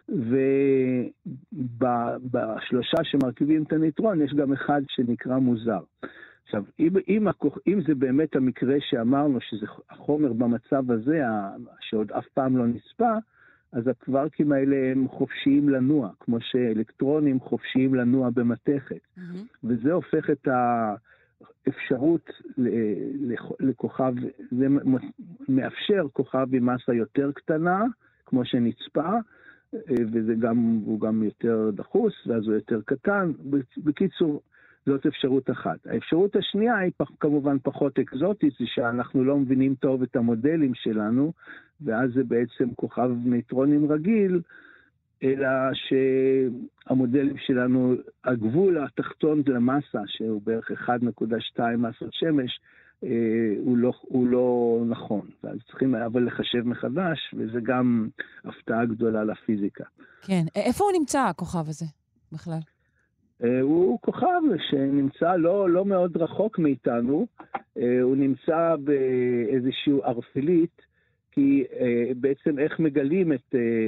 ובשלושה שמרכיבים את הנייטרון יש גם אחד שנקרא מוזר. עכשיו, אם, אם, אם זה באמת המקרה שאמרנו שזה החומר במצב הזה, שעוד אף פעם לא נצפה, אז הקווארקים האלה הם חופשיים לנוע, כמו שאלקטרונים חופשיים לנוע במתכת. Mm-hmm. וזה הופך את האפשרות לכוכב, זה מאפשר כוכב במסה יותר קטנה, כמו שנצפה, וזה גם, הוא גם יותר דחוס, ואז הוא יותר קטן. בקיצור, זאת אפשרות אחת. האפשרות השנייה היא כמובן פחות אקזוטית, זה שאנחנו לא מבינים טוב את המודלים שלנו, ואז זה בעצם כוכב נייטרונים רגיל, אלא שהמודלים שלנו, הגבול התחתון למסה, שהוא בערך אחת נקודה שתיים מסות שמש, הוא לא, הוא לא נכון. ואז צריכים אבל לחשב מחדש, וזה גם הפתעה גדולה לפיזיקה. כן. איפה הוא נמצא, הכוכב הזה, בכלל? הוא כוכב שנמצא לא, לא מאוד רחוק מאיתנו, הוא נמצא באיזשהו ערפילית, כי בעצם איך מגלים את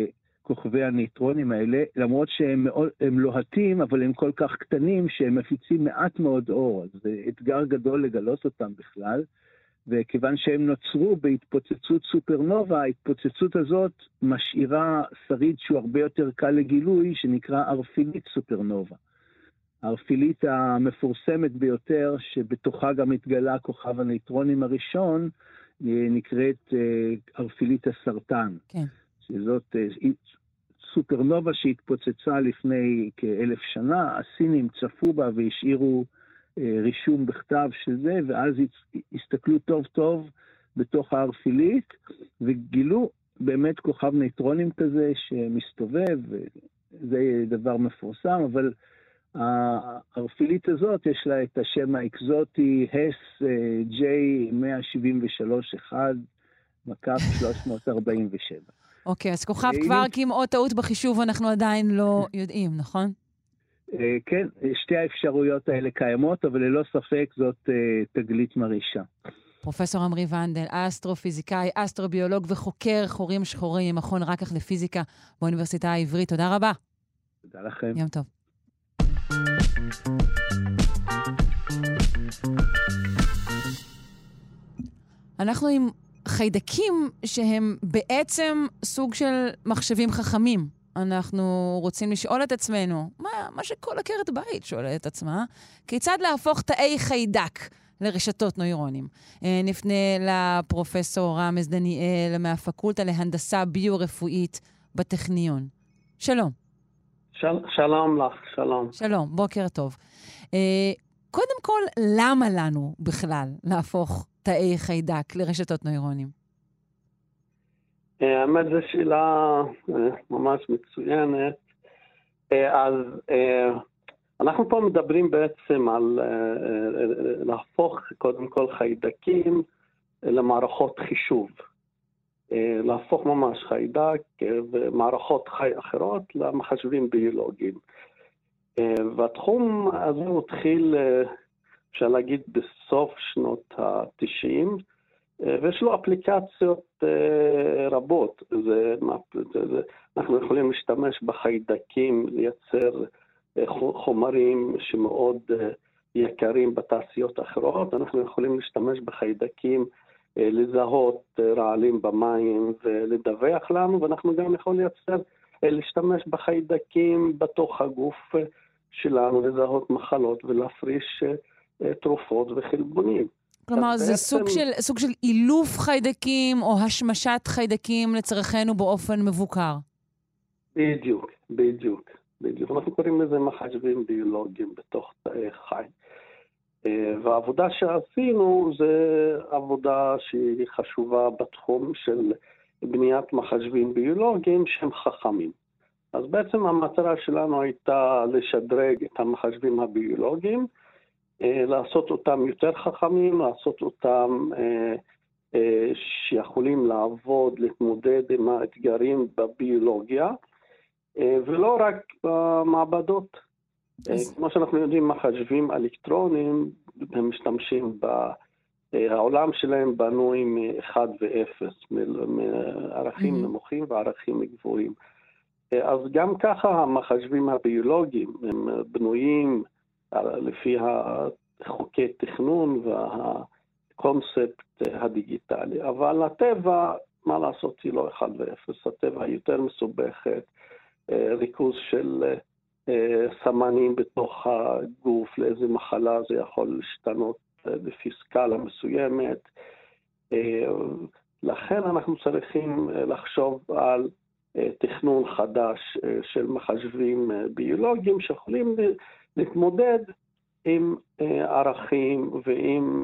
כוכבי הנייטרונים האלה, למרות שהם מאוד, הם לוהטים, אבל הם כל כך קטנים שהם מפיצים מעט מאוד אור, אז זה אתגר גדול לגלות אותם בכלל, וכיוון שהם נוצרו בהתפוצצות סופרנובה, ההתפוצצות הזאת משאירה שריד שהוא הרבה יותר קל לגילוי, שנקרא ערפילית סופרנובה. הערפילית המפורסמת ביותר, שבתוכה גם התגלה כוכב הנייטרונים הראשון, נקראת ערפילית הסרטן. כן. שזאת סופרנובה שהתפוצצה לפני כאלף שנה, הסינים צפו בה והשאירו רישום בכתב של זה, ואז הסתכלו טוב טוב בתוך הערפילית, וגילו באמת כוכב נייטרונים כזה שמסתובב, זה דבר מפורסם, אבל הערפילית הזאת יש לה את השם האקזוטי, הס ג'יי מאה שבעים ושלוש אחד, מקף שלוש מאות ארבעים ושבע. אוקיי, אז כוכב כבר כמעט טעות בחישוב, אנחנו עדיין לא יודעים, נכון? כן, שתי האפשרויות האלה קיימות, אבל ללא ספק זאת תגלית מרעישה. פרופסור עמרי ונדל, אסטרופיזיקאי, אסטרוביולוג וחוקר חורים שחורים ממכון רקח לפיזיקה באוניברסיטה העברית. תודה רבה. תודה לכם. יום טוב. אנחנו עם חיידקים שהם בעצם סוג של מחשבים חכמים. אנחנו רוצים לשאול את עצמנו, מה, מה שכל עקרת בית שואלת את עצמה, כיצד להפוך תאי חיידק לרשתות נוירונים. נפנה לפרופסור רמז דניאל מהפקולטה להנדסה ביו-רפואית בטכניון. שלום. של, שלום לך, שלום. שלום, בוקר טוב. קודם כל, למה לנו בכלל להפוך תאי חיידק לרשתות נוירונים? האמת, זו שאלה ממש מצוינת. אז אנחנו פה מדברים בעצם על להפוך קודם כל חיידקים למערכות חישוב. להפוך ממש חיידק ומערכות חי אחרות למחשבים ביולוגיים. והתחום הזה התחיל, אפשר להגיד, בסוף שנות ה-תשעים, ויש לו אפליקציות רבות. זה, זה, אנחנו יכולים להשתמש בחיידקים, לייצר חומרים שמאוד יקרים בתעשיות אחרות. אנחנו יכולים להשתמש בחיידקים, לזהות רעלים במים ולדווח לנו, ואנחנו גם יכולים לייצר, להשתמש בחיידקים בתוך הגוף שלנו, לזהות מחלות ולהפריש תרופות וחלבונים. כלומר, זה בעצם סוג של, סוג של אילוף חיידקים או השמשת חיידקים לצרכנו באופן מבוקר. בדיוק, בדיוק, בדיוק. אנחנו קוראים לזה מחשבים ביולוגיים בתוך תאי חי. והעבודה שעשינו זה עבודה שהיא חשובה בתחום של בניית מחשבים ביולוגיים שהם חכמים. אז בעצם המטרה שלנו הייתה לשדרג את המחשבים הביולוגיים, לעשות אותם יותר חכמים, לעשות אותם שיכולים לעבוד, להתמודד עם האתגרים בביולוגיה, ולא רק במעבדות. כמו שאנחנו יודעים, מחשבים אלקטרונים, הם משתמשים העולם שלהם בנוי מ-אחד ו-אפס, מערכים נמוכים וערכים גבוהים. אז גם ככה המחשבים הביולוגיים הם בנויים לפי חוקי תכנון והקונספט הדיגיטלי. אבל הטבע, מה לעשות, היא לא אחד ו-אפס. הטבע היא יותר מסובכת, ריכוז של סמנים בתוך הגוף, לאיזה מחלה זה יכול להשתנות לפי סקאלה מסוימת. לכן אנחנו צריכים לחשוב על תכנון חדש של מחשבים ביולוגיים שיכולים להתמודד עם ערכים ועם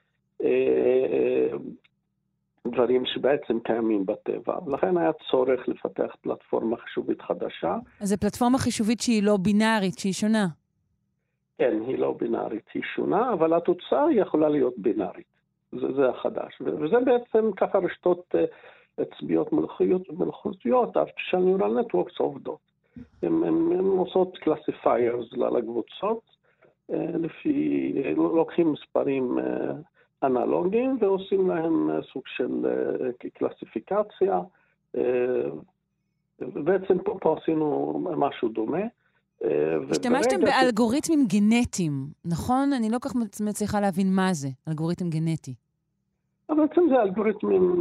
דברים שבעצם קיימים בטבע. לכן היה צורך לפתח פלטפורמה חישובית חדשה. אז זו פלטפורמה חישובית שהיא לא בינארית, שהיא שונה. כן, היא לא בינארית, היא שונה, אבל התוצאה יכולה להיות בינארית. זה, זה החדש. וזה בעצם ככה רשתות עצביות מלאכותיות, artificial neural networks עובדות. הן עושות classifiers לקבוצות, לפי, לוקחים מספרים אנלוגיים ועושים להם סוג של קלסיפיקציה, בעצם פה, פה עשינו משהו דומה. השתמשתם באלגוריתמים גנטיים, נכון? אני לא כך מצליחה להבין מה זה, אלגוריתם גנטי. אבל בעצם זה אלגוריתמים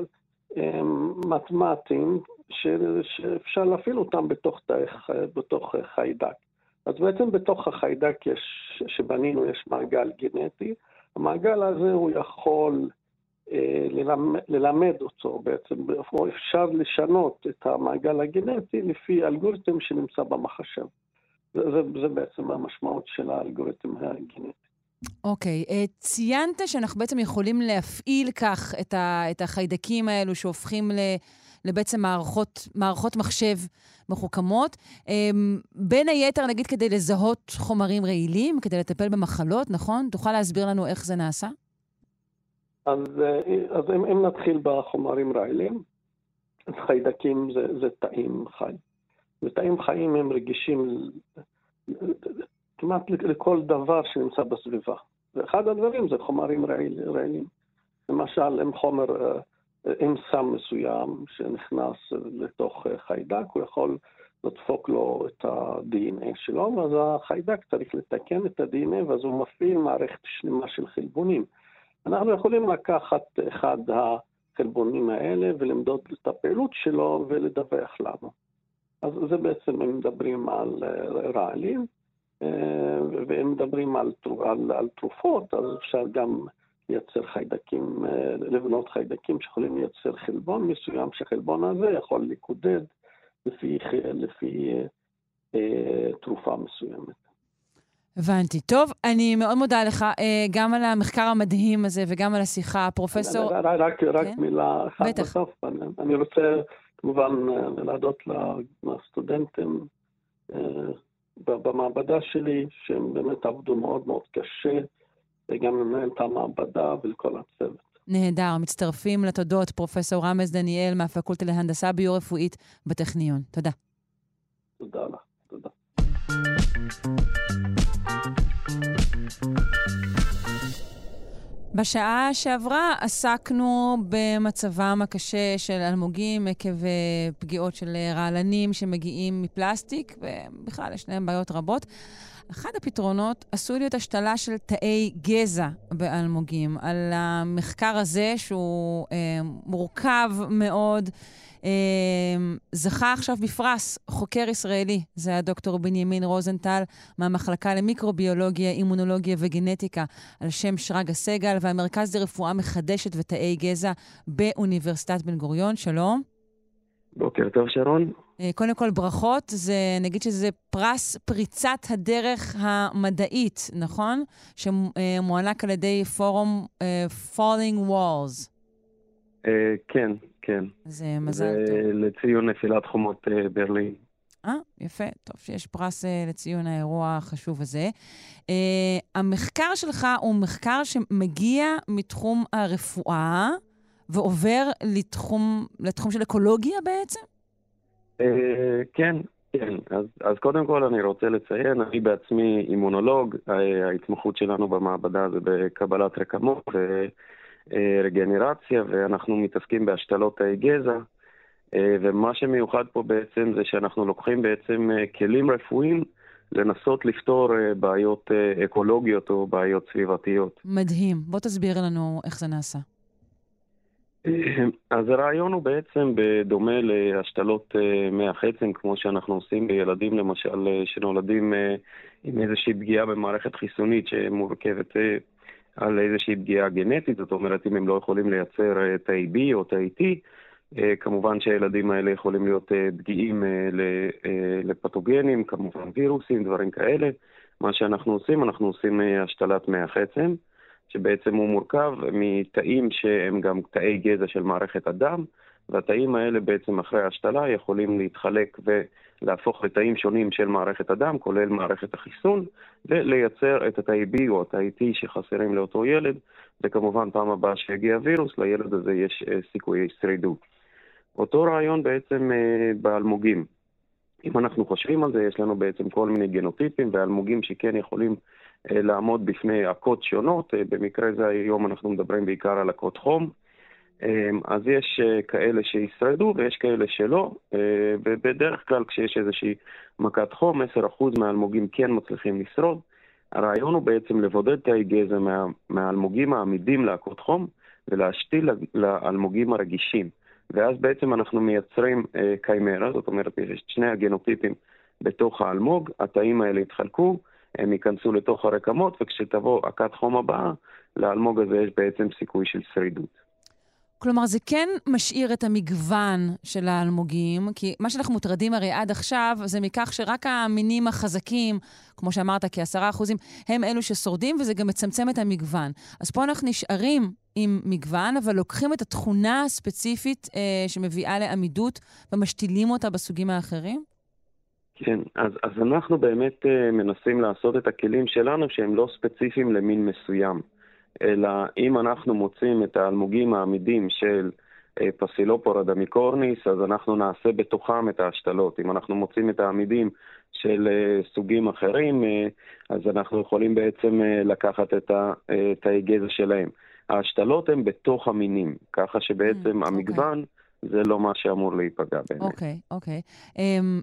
מתמטיים שאפשר להפעיל אותם בתוך, בתוך חיידק. אז בעצם בתוך החיידק יש, שבנינו יש מעגל גנטי. המעגל הזה הוא יכול אה, ללמד, ללמד אותו בעצם, אפשר לשנות את המעגל הגנטי לפי אלגוריתם שנמצא במחשב. זה, זה, זה בעצם המשמעות של האלגוריתם הגנטי. אוקיי, okay. ציינת שאנחנו בעצם יכולים להפעיל כך את, ה, את החיידקים האלו שהופכים ל... לבעצם מערכות, מערכות מחשב מחוכמות. בין היתר, נגיד, כדי לזהות חומרים רעילים, כדי לטפל במחלות, נכון? תוכל להסביר לנו איך זה נעשה? אז, אז אם, אם נתחיל בחומרים רעילים, אז חיידקים זה, זה תאים חי. ותאים חיים הם רגישים כמעט לכל דבר שנמצא בסביבה. ואחד הדברים זה חומרים רעיל, רעילים. למשל, אם חומר... אם סם מסוים שנכנס לתוך חיידק, הוא יכול לדפוק לו את ה-די אן איי שלו, ואז החיידק צריך לתקן את ה-די אן איי, ואז הוא מפעיל מערכת שלמה של חלבונים. אנחנו יכולים לקחת אחד החלבונים האלה ולמדוד את הפעילות שלו ולדווח לנו. אז זה בעצם הם מדברים על רעלים, והם מדברים על, על, על תרופות, אז אפשר גם לייצר חיידקים, לבנות חיידקים שיכולים לייצר חלבון מסוים, שהחלבון הזה יכול לקודד לפי, לפי אה, תרופה מסוימת. הבנתי. טוב, אני מאוד מודה לך גם על המחקר המדהים הזה וגם על השיחה. פרופסור... רק, רק כן? מילה אחת בסוף. אני, אני רוצה כמובן להודות לסטודנטים במעבדה שלי, שהם באמת עבדו מאוד מאוד קשה, וגם למנהל את המעבדה ולכל הצוות. נהדר, מצטרפים לתודות פרופסור רמז דניאל מהפקולטה להנדסה ביו-רפואית בטכניון. תודה. תודה לך, תודה. בשעה שעברה עסקנו במצבם הקשה של אלמוגים עקב פגיעות של רעלנים שמגיעים מפלסטיק, ובכלל יש להם בעיות רבות. אחד הפתרונות עשוי להיות השתלה של תאי גזע באלמוגים. על המחקר הזה, שהוא אה, מורכב מאוד, אה, זכה עכשיו בפרס חוקר ישראלי. זה הדוקטור בנימין רוזנטל מהמחלקה למיקרוביולוגיה, אימונולוגיה וגנטיקה על שם שרגא סגל, והמרכז לרפואה מחדשת ותאי גזע באוניברסיטת בן גוריון. שלום. בוקר טוב שרון. קודם כל ברכות, זה, נגיד שזה פרס פריצת הדרך המדעית, נכון? שמוענק על ידי פורום uh, Falling Walls. Uh, כן, כן. זה מזל טוב. זה לציון נפילת חומות uh, ברלין. אה, יפה. טוב, שיש פרס uh, לציון האירוע החשוב הזה. Uh, המחקר שלך הוא מחקר שמגיע מתחום הרפואה, ועובר לתחום, לתחום של אקולוגיה בעצם? כן, כן. אז, אז קודם כל אני רוצה לציין, אני בעצמי אימונולוג, ההתמחות שלנו במעבדה זה בקבלת רקמות ורגנרציה, ואנחנו מתעסקים בהשתלות תאי גזע, ומה שמיוחד פה בעצם זה שאנחנו לוקחים בעצם כלים רפואיים לנסות לפתור בעיות אקולוגיות או בעיות סביבתיות. מדהים. בוא תסביר לנו איך זה נעשה. אז הרעיון הוא בעצם בדומה להשתלות מח עצם, כמו שאנחנו עושים בילדים למשל שנולדים עם איזושהי פגיעה במערכת חיסונית שמורכבת על איזושהי פגיעה גנטית, זאת אומרת אם הם לא יכולים לייצר תאי B או תאי T, כמובן שהילדים האלה יכולים להיות פגיעים לפתוגנים, כמובן וירוסים, דברים כאלה. מה שאנחנו עושים, אנחנו עושים השתלת מח עצם, שבעצם הוא מורכב מתאים שהם גם תאי גזע של מערכת הדם, והתאים האלה בעצם אחרי ההשתלה יכולים להתחלק ולהפוך לתאים שונים של מערכת הדם, כולל מערכת החיסון, ולייצר את התאי B או התאי T שחסרים לאותו ילד, וכמובן פעם הבאה שהגיע וירוס, לילד הזה יש סיכויי שרידות. אותו רעיון בעצם באלמוגים. אם אנחנו חושבים על זה, יש לנו בעצם כל מיני גנוטיפים ואלמוגים שכן יכולים לעמוד בפני עקות שונות. במקרה זה היום אנחנו מדברים בעיקר על עקות חום, אז יש כאלה שישרדו ויש כאלה שלא, ובדרך כלל כשיש איזושהי מכת חום, עשרה אחוז מהאלמוגים כן מצליחים לשרוד. הרעיון הוא בעצם לבודד תאי גזע מה, מהאלמוגים העמידים להכות חום, ולהשתיל לאלמוגים הרגישים. ואז בעצם אנחנו מייצרים אה, קיימרה, זאת אומרת, יש שני הגנוטיפים בתוך האלמוג, התאים האלה יתחלקו, הם ייכנסו לתוך הרקמות, וכשתבוא הכת חום הבאה, לאלמוג הזה יש בעצם סיכוי של שרידות. כלומר, זה כן משאיר את המגוון של האלמוגים, כי מה שאנחנו מוטרדים הרי עד עכשיו, זה מכך שרק המינים החזקים, כמו שאמרת, כעשרה אחוזים, הם אלו ששורדים, וזה גם מצמצם את המגוון. אז פה אנחנו נשארים עם מגוון, אבל לוקחים את התכונה הספציפית אה, שמביאה לעמידות, ומשתילים אותה בסוגים האחרים? כן, אז, אז אנחנו באמת אה, מנסים לעשות את הכלים שלנו, שהם לא ספציפיים למין מסוים. אלא אם אנחנו מוצאים את האלמוגים העמידים של פסילופורה דמיקורניס, אז אנחנו נעשה בתוכם את ההשתלות. אם אנחנו מוצאים את העמידים של סוגים אחרים, אז אנחנו יכולים בעצם לקחת את תאי גזע שלהם. ההשתלות הן בתוך המינים, ככה שבעצם mm, המגוון okay. זה לא מה שאמור להיפגע באמת. אוקיי, okay, אוקיי. Okay. Um,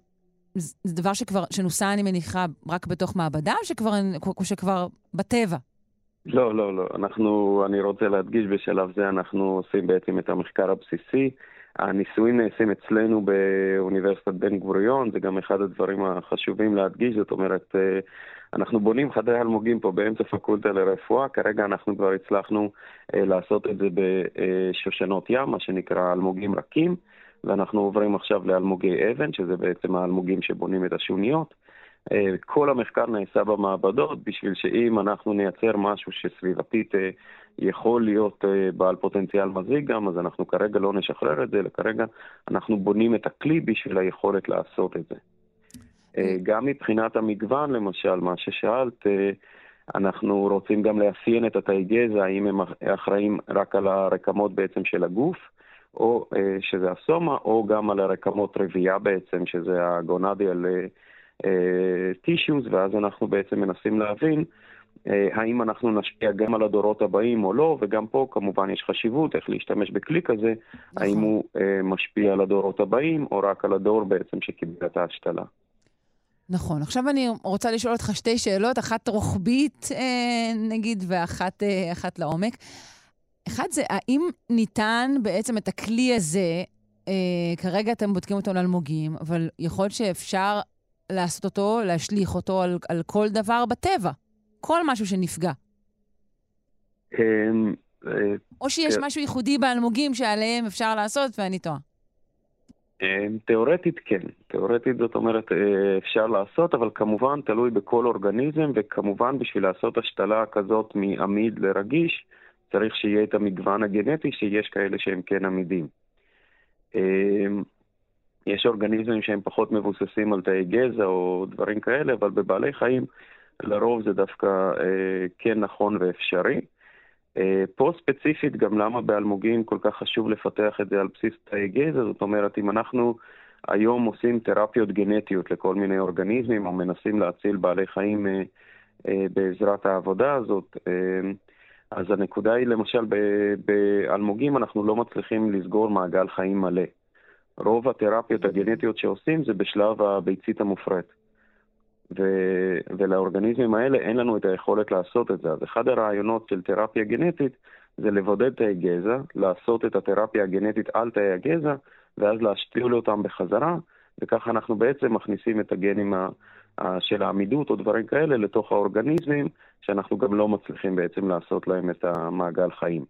זה דבר שכבר, שנוסע אני מניחה רק בתוך מעבדה, או שכבר, או שכבר בטבע? לא, לא, לא. אנחנו, אני רוצה להדגיש בשלב זה, אנחנו עושים בעצם את המחקר הבסיסי. הניסויים נעשים אצלנו באוניברסיטת בן גוריון, זה גם אחד הדברים החשובים להדגיש, זאת אומרת, אנחנו בונים חדרי אלמוגים פה באמצע פקולטה לרפואה, כרגע אנחנו כבר הצלחנו לעשות את זה בשושנות ים, מה שנקרא אלמוגים רכים, ואנחנו עוברים עכשיו לאלמוגי אבן, שזה בעצם האלמוגים שבונים את השוניות. כל המחקר נעשה במעבדות, בשביל שאם אנחנו נייצר משהו שסביבתית יכול להיות בעל פוטנציאל מזיק גם, אז אנחנו כרגע לא נשחרר את זה, לכרגע אנחנו בונים את הכלי בשביל היכולת לעשות את זה. גם מבחינת המגוון, למשל, מה ששאלת, אנחנו רוצים גם לאפיין את התאי גזע, האם הם אחראים רק על הרקמות בעצם של הגוף, או שזה הסומה, או גם על הרקמות רבייה בעצם, שזה הגונדיאל טישיוז, ואז אנחנו בעצם מנסים להבין האם אנחנו נשפיע גם על הדורות הבאים או לא, וגם פה כמובן יש חשיבות איך להשתמש בכלי כזה, נכון. האם הוא משפיע על הדורות הבאים או רק על הדור בעצם שקיבל את ההשתלה. נכון. עכשיו אני רוצה לשאול אותך שתי שאלות, אחת רוחבית נגיד ואחת אחת לעומק. אחד זה, האם ניתן בעצם את הכלי הזה, כרגע אתם בודקים אותו על אלמוגים, אבל יכול להיות שאפשר לעשות אותו, להשליך אותו על, על כל דבר בטבע. כל משהו שנפגע. או שיש משהו ייחודי באלמוגים שעליהם אפשר לעשות, ואני טועה. תיאורטית כן. תיאורטית זאת אומרת אפשר לעשות, אבל כמובן תלוי בכל אורגניזם, וכמובן בשביל לעשות השתלה כזאת מעמיד לרגיש, צריך שיהיה את המגוון הגנטי, שיש כאלה שהם כן עמידים. יש אורגניזמים שהם פחות מבוססים על תאי גזע או דברים כאלה, אבל בבעלי חיים לרוב זה דווקא אה, כן נכון ואפשרי. אה, פה ספציפית גם למה באלמוגים כל כך חשוב לפתח את זה על בסיס תאי גזע, זאת אומרת אם אנחנו היום עושים תרפיות גנטיות לכל מיני אורגניזמים או מנסים להציל בעלי חיים אה, אה, בעזרת העבודה הזאת, אה, אז הנקודה היא למשל באלמוגים אנחנו לא מצליחים לסגור מעגל חיים מלא. רוב התרפיות הגנטיות שעושים זה בשלב הביצית המופרית. ו- ולאורגניזמים האלה אין לנו את היכולת לעשות את זה. אז אחד הרעיונות של תרפיה גנטית זה לבודד תאי גזע, לעשות את התרפיה הגנטית על תאי הגזע, ואז להשתיל אותם בחזרה, וככה אנחנו בעצם מכניסים את הגנים ה- ה- של העמידות או דברים כאלה לתוך האורגניזמים, שאנחנו גם לא מצליחים בעצם לעשות להם את המעגל חיים.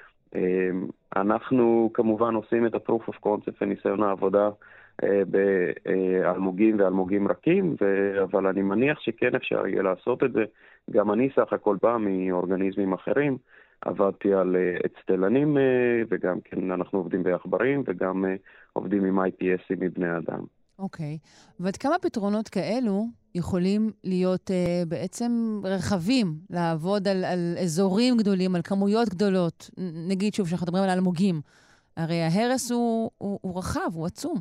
אנחנו כמובן עושים את ה-proof of concept וניסיון העבודה באלמוגים ואלמוגים רכים, אבל אני מניח שכן אפשר יהיה לעשות את זה. גם אני סך הכל בא מאורגניזמים אחרים, עבדתי על אצטלנים וגם כן אנחנו עובדים בעכברים וגם עובדים עם איי פי אסים מבני אדם. אוקיי. ועד כמה פתרונות כאלו יכולים להיות uh, בעצם רחבים, לעבוד על, על אזורים גדולים, על כמויות גדולות? נגיד שוב, שאנחנו מדברים על אלמוגים. הרי ההרס הוא, הוא, הוא רחב, הוא עצום.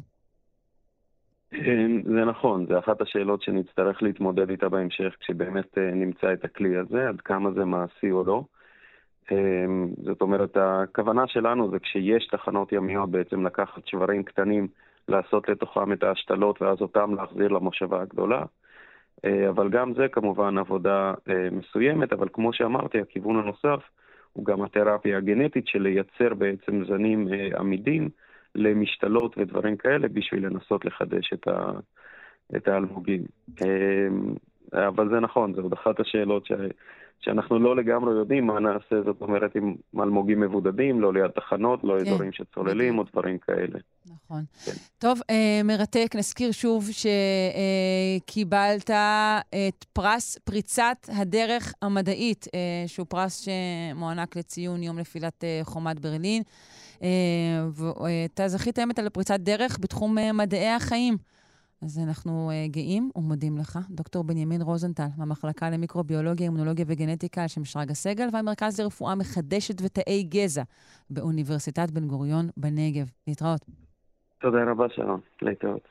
זה נכון, זה אחת השאלות שנצטרך להתמודד איתה בהמשך, כשבאמת נמצא את הכלי הזה, עד כמה זה מעשי או לא. זאת אומרת, הכוונה שלנו זה כשיש תחנות ימיות בעצם לקחת שברים קטנים, לעשות לתוכם את ההשתלות ואז אותם להחזיר למושבה הגדולה. אבל גם זה כמובן עבודה מסוימת, אבל כמו שאמרתי, הכיוון הנוסף הוא גם התרפיה הגנטית של לייצר בעצם זנים עמידים למשתלות ודברים כאלה בשביל לנסות לחדש את, ה, את האלמוגים. אבל זה נכון, זה עוד אחת השאלות ש... שאנחנו לא לגמרי יודעים מה נעשה, זאת אומרת, עם אלמוגים מבודדים, לא ליד תחנות, לא כן, אזורים שצוללים בדיוק. או דברים כאלה. נכון. כן. טוב, אה, מרתק, נזכיר שוב שקיבלת אה, את פרס פריצת הדרך המדעית, אה, שהוא פרס שמוענק לציון יום נפילת אה, חומת ברלין, אה, ואתה זכית האמת על פריצת דרך בתחום אה, מדעי החיים. אז אנחנו uh, גאים ומודים לך, דוקטור בנימין רוזנטל, מהמחלקה למיקרוביולוגיה, אימונולוגיה וגנטיקה על שם שרגא סגל, והמרכז לרפואה מחדשת ותאי גזע באוניברסיטת בן גוריון בנגב. להתראות. תודה רבה שלום, להתראות.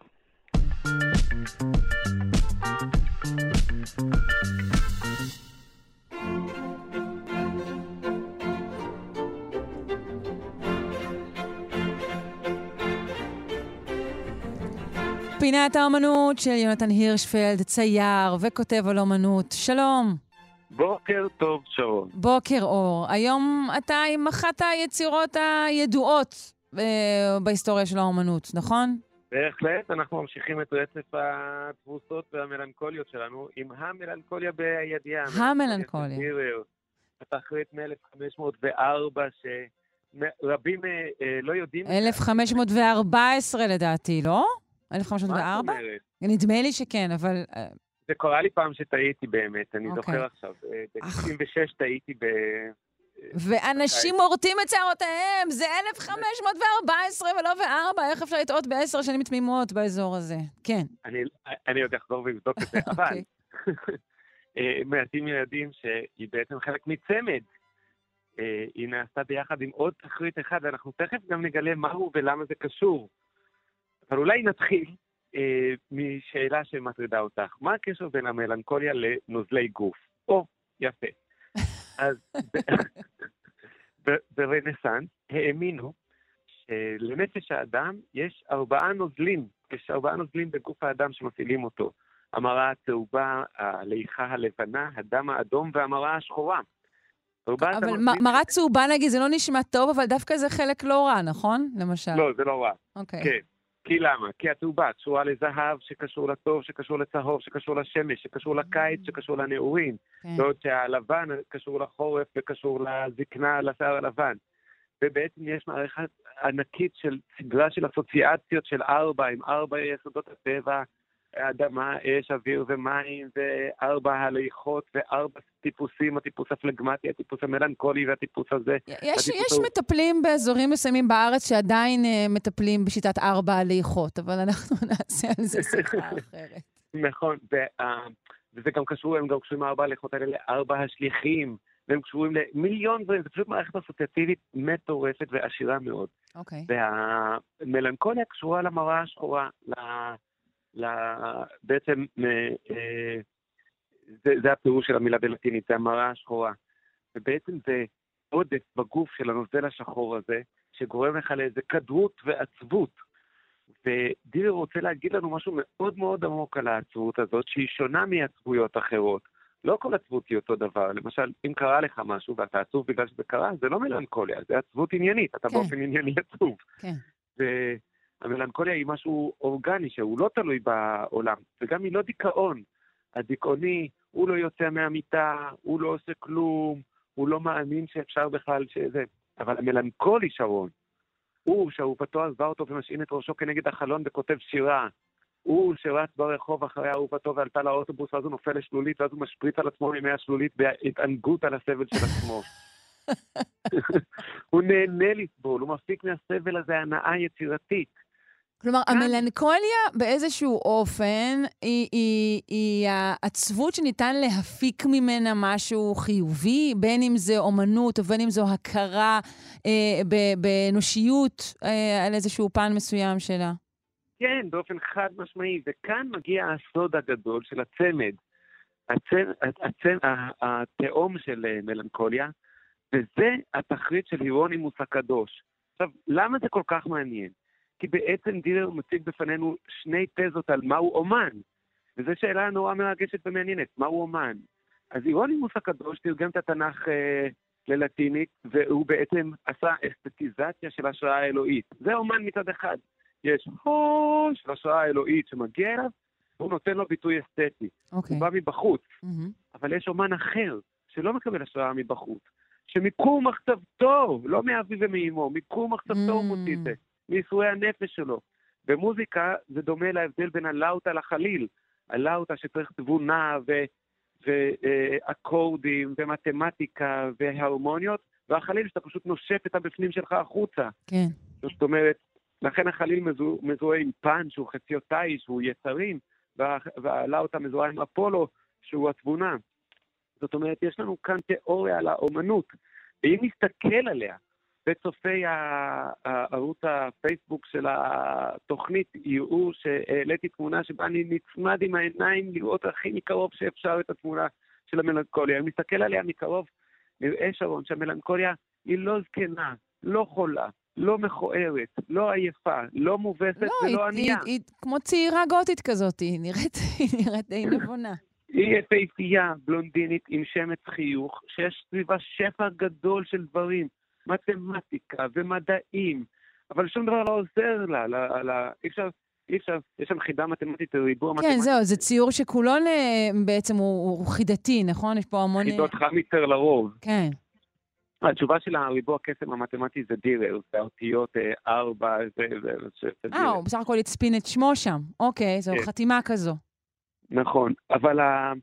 פינת האמנות של יונתן הירשפלד, צייר וכותב על אומנות. שלום. בוקר טוב, שרון. בוקר אור. היום אתה עם אחת היצירות הידועות אה, בהיסטוריה של האומנות, נכון? בהחלט, אנחנו ממשיכים את רצף התבוסות והמלנכוליות שלנו עם המלנכוליה בידיעה. המלנכוליה. אתה אחרי את מ-אלף חמש מאות וארבע שרבים אה, לא יודעים... אלף חמש מאות וארבע עשרה לדעתי, לא? אלף חמש מאות וארבע? נדמה לי שכן, אבל... זה קורה לי פעם שטעיתי באמת, אני זוכר עכשיו. ב-תשעים ושש טעיתי ב... ואנשים מורטים את שערותיהם, זה אלף חמש מאות וארבע עשרה ולא וארבע, איך אפשר לטעות בעשר שנים תמימות באזור הזה? כן. אני עוד אחזור ולבדוק את זה, אבל מעטים ילדים שהיא בעצם חלק מצמד. היא נעשתה ביחד עם עוד תחריט אחד, ואנחנו תכף גם נגלה מהו ולמה זה קשור. אבל אולי נתחיל אה, משאלה שמטרידה אותך. מה הקשר בין המלנכוליה לנוזלי גוף? או, יפה. אז ברנסנס האמינו שלנפש האדם יש ארבעה נוזלים, יש ארבעה נוזלים בגוף האדם שמפעילים אותו. המראה הצהובה, הליכה הלבנה, הדם האדום והמראה השחורה. אבל מראה צהובה נגיד זה לא נשמע טוב, אבל דווקא זה חלק לא רע, נכון? למשל. לא, זה לא רע. אוקיי. כן. כי למה? כי הצהובה קשורה לזהב, שקשור לטוב, שקשור לצהוב, שקשור לשמש, שקשור לקיץ, שקשור לנעורים. בעוד שהלבן קשור לחורף וקשור לזקנה, לשיער הלבן. ובעצם יש מערכת ענקית של סדרה של אסוציאציות של ארבע, עם ארבע יסודות הטבע, אדמה, אש, אוויר ומים, וארבע הליכות, וארבע טיפוסים, הטיפוס הפלגמטי, הטיפוס המלנכולי והטיפוס הזה. יש, יש הוא... מטפלים באזורים מסוימים בארץ שעדיין uh, מטפלים בשיטת ארבע הליכות, אבל אנחנו נעשה על זה שיחה אחרת. נכון, ו, uh, וזה גם קשור, הם גם קשורים ארבע הליכות האלה לארבע השליחים, והם קשורים למיליון דברים, זה פשוט מערכת אסוציאטיבית מטורפת ועשירה מאוד. אוקיי. והמלנכוליה קשורה למראה השחורה, ל... בעצם זה, זה הפירוש של המילה בלטינית, זה המראה השחורה. ובעצם זה עודף בגוף של הנוזל השחור הזה, שגורם לך לאיזה כדרות ועצבות. ודילר רוצה להגיד לנו משהו מאוד מאוד עמוק על העצבות הזאת, שהיא שונה מעצבויות אחרות. לא כל עצבות היא אותו דבר. למשל, אם קרה לך משהו ואתה עצוב בגלל שזה קרה, זה לא מלנכוליה, זה עצבות עניינית. אתה כן. באופן ענייני עצוב. כן. ו... המלנכוליה היא משהו אורגני שהוא לא תלוי בעולם, וגם היא לא דיכאון. הדיכאוני, הוא לא יוצא מהמיטה, הוא לא עושה כלום, הוא לא מאמין שאפשר בכלל שזה. אבל המלנכולי, שרון, הוא שאהובתו עזבה אותו ומשעין את ראשו כנגד החלון וכותב שירה. הוא שרץ ברחוב אחרי אהובתו ועלתה לאוטובוס, ואז הוא נופל לשלולית, ואז הוא משפריץ על עצמו מימי השלולית בהתענגות על הסבל של עצמו. הוא נהנה לסבול, הוא מפיק מהסבל הזה הנאה יצירתית. כלומר, המלנכוליה באיזשהו אופן היא, היא, היא העצבות שניתן להפיק ממנה משהו חיובי, בין אם זה אומנות או בין אם זו הכרה אה, באנושיות אה, על איזשהו פן מסוים שלה. כן, באופן חד משמעי, וכאן מגיע הסוד הגדול של הצמד. הצמד, הצמד התאום של מלנכוליה וזה התכלית של הירונימוס הקדוש. עכשיו, למה זה כל כך מעניין? כי בעצם דילר מציג בפנינו שני תזות על מהו אומן, וזו שאלה נורא מרגשת ומעניינת, מהו אומן? אז הירונימוס הקדוש תרגם את התנ"ך אה, ללטינית, והוא בעצם עשה אסתטיזציה של השראה האלוהית. זה אומן מצד אחד. יש הו של השראה האלוהית שמגיע אליו, והוא נותן לו ביטוי אסתטי. Okay. הוא בא מבחוץ. Mm-hmm. אבל יש אומן אחר, שלא מקבל השראה מבחוץ, שמקום מחצבתו, לא מאביו ומאמו, מקום מחצבתו mm-hmm. הוא מוציא את זה, מיסורי הנפש שלו. במוזיקה זה דומה להבדל בין הלאוטה לחליל. הלאוטה שצריך תבונה ו... ואקורדים ומתמטיקה והרמוניות, והחליל שאתה פשוט נושף את הבפנים שלך החוצה. כן. זאת אומרת, לכן החליל מזוה, מזוהה עם פן, שהוא חציותי, שהוא יצרים, וה, והלאוטה מזוהה עם אפולו, שהוא התבונה. זאת אומרת, יש לנו כאן תיאוריה על האומנות, ואם נסתכל עליה, בצופי הערוץ הפייסבוק של התוכנית, יראו שהעליתי תמונה שבה אני נצמד עם העיניים לראות הכי מקרוב שאפשר את התמונה של המלנכוליה. אם נסתכל עליה מקרוב, נראה שרון שהמלנכוליה היא לא זקנה, לא חולה, לא מכוערת, לא עייפה, לא מובסת לא, ולא היא, ענייה. היא, היא כמו צעירה גותית כזאת, היא נראית, היא נראית די נבונה. היא יפהפייה, בלונדינית עם שמץ חיוך, שיש סביבה שפע גדול של דברים. מתמטיקה ומדעים, אבל שום דבר לא עוזר לה, לה, לה, אי אפשר, אי אפשר, יש שם חידה מתמטית, ריבוע מתמטית. כן, זהו, זה ציור שכולו בעצם הוא, הוא חידתי, נכון? יש פה המון... חידות חמיצר לרוב. כן. התשובה של הריבוע הקסם המתמטי זה דירר, זה האותיות ארבע, זה... אה, הוא בסך הכל הצפין את שמו שם. אוקיי, זו חתימה כזו. נכון, אבל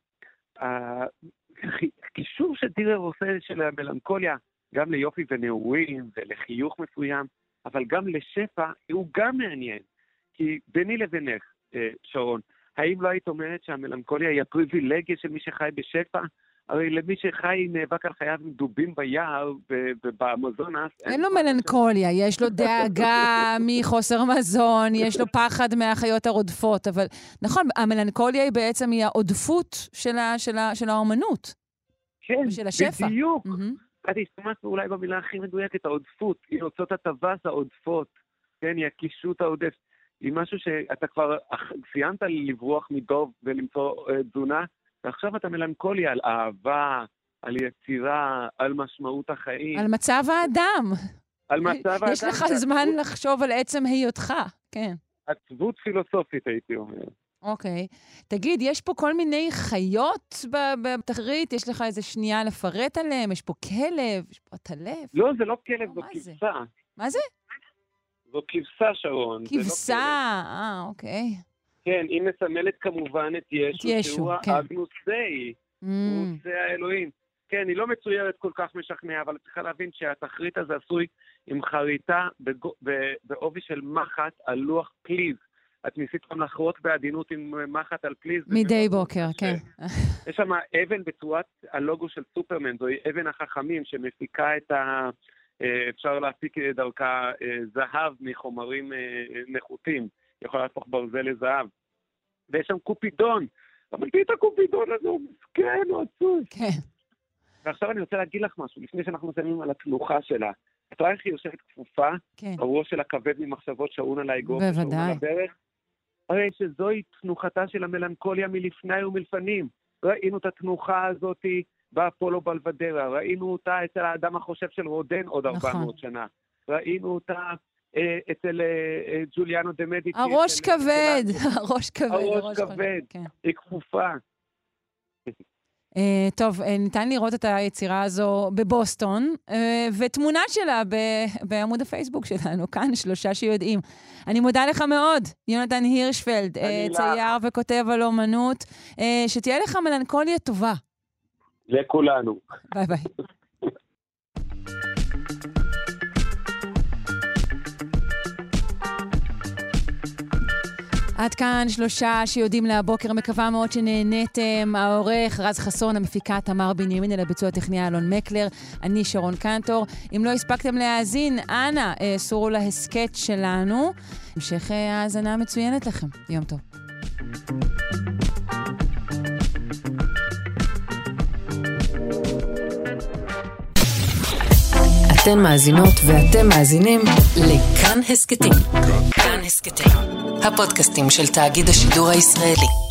הקישור שדירר עושה של המלנכוליה, גם ליופי ונעורים ולחיוך מסוים, אבל גם לשפע, הוא גם מעניין. כי ביני לבינך, שרון, האם לא היית אומרת שהמלנכוליה היא הפריבילגיה של מי שחי בשפע? הרי למי שחי נאבק על חייו עם דובים ביער ובאמזונס... אין לו מלנכוליה, יש לו דאגה מחוסר מזון, יש לו פחד מהחיות הרודפות, אבל נכון, המלנכוליה היא בעצם היא העודפות של, ה, של, ה, של האומנות. כן, ושל השפע. בדיוק. Mm-hmm. את השתמשת אולי במילה הכי מדויקת, העודפות, היא הוצאות הטווס העודפות, כן, היא הקישוט העודף, היא משהו שאתה כבר סיימת לברוח מדוב ולמצוא תזונה, ועכשיו אתה מלנכולי על אהבה, על יצירה, על משמעות החיים. על מצב האדם. על מצב האדם. יש לך זמן לחשוב על עצם היותך, כן. עצבות פילוסופית, הייתי אומר. אוקיי. תגיד, יש פה כל מיני חיות בתחרית? יש לך איזה שנייה לפרט עליהם? יש פה כלב? יש פה טלף? לא, זה לא כלב, זו כבשה. מה זה? זו כבשה, שרון. כבשה, אה, אוקיי. כן, היא מסמלת כמובן את ישו, שהוא האגנוס דאי, הוא זה האלוהים. כן, היא לא מצוירת כל כך משכנע, אבל צריכה להבין שהתחרית הזה עשוי עם חריטה בעובי של מחט על לוח פליז. את ניסית גם לחרות בעדינות עם מחט על פליז. מדי בוקר, כן. יש שם אבן בצורת הלוגו של סופרמן, זוהי אבן החכמים שמפיקה את ה... אפשר להפיק דרכה זהב מחומרים נחותים. יכולה להפוך ברזל לזהב. ויש שם קופידון. אבל תראי את הקופידון הזה, הוא מסכן, הוא עצוב. כן. ועכשיו אני רוצה להגיד לך משהו, לפני שאנחנו מסיימים על התנוחה שלה. את רואה איך היא יושבת כפופה? כן. הראש שלה כבד ממחשבות שעון על האגרוף. בוודאי. הרי שזוהי תנוחתה של המלנכוליה מלפני ומלפנים. ראינו את התנוחה הזאת באפולו בלבדרה, ראינו אותה אצל האדם החושב של רודן עוד ארבע מאות שנה. ראינו אותה אצל ג'וליאנו דה מדיצי. הראש כבד, הראש כבד. הראש כבד, היא כפופה. Uh, טוב, uh, ניתן לראות את היצירה הזו בבוסטון, uh, ותמונה שלה ב- בעמוד הפייסבוק שלנו, כאן שלושה שיודעים. אני מודה לך מאוד, יונתן הירשפלד, uh, צייר וכותב על אומנות, uh, שתהיה לך מלנכוליה טובה. לכולנו. ביי ביי. עד כאן שלושה שיודעים להבוקר, מקווה מאוד שנהניתם. העורך רז חסון, המפיקה תמר בנימין, אל הביצוע הטכני אלון מקלר, אני שרון קנטור. אם לא הספקתם להאזין, אנא, סורו להסקט שלנו. המשך האזנה מצוינת לכם. יום טוב. אתן מאזינות ואתם מאזינים לכאן הסקטים. כאן הסקטים, הפודקאסטים של תאגיד השידור הישראלי.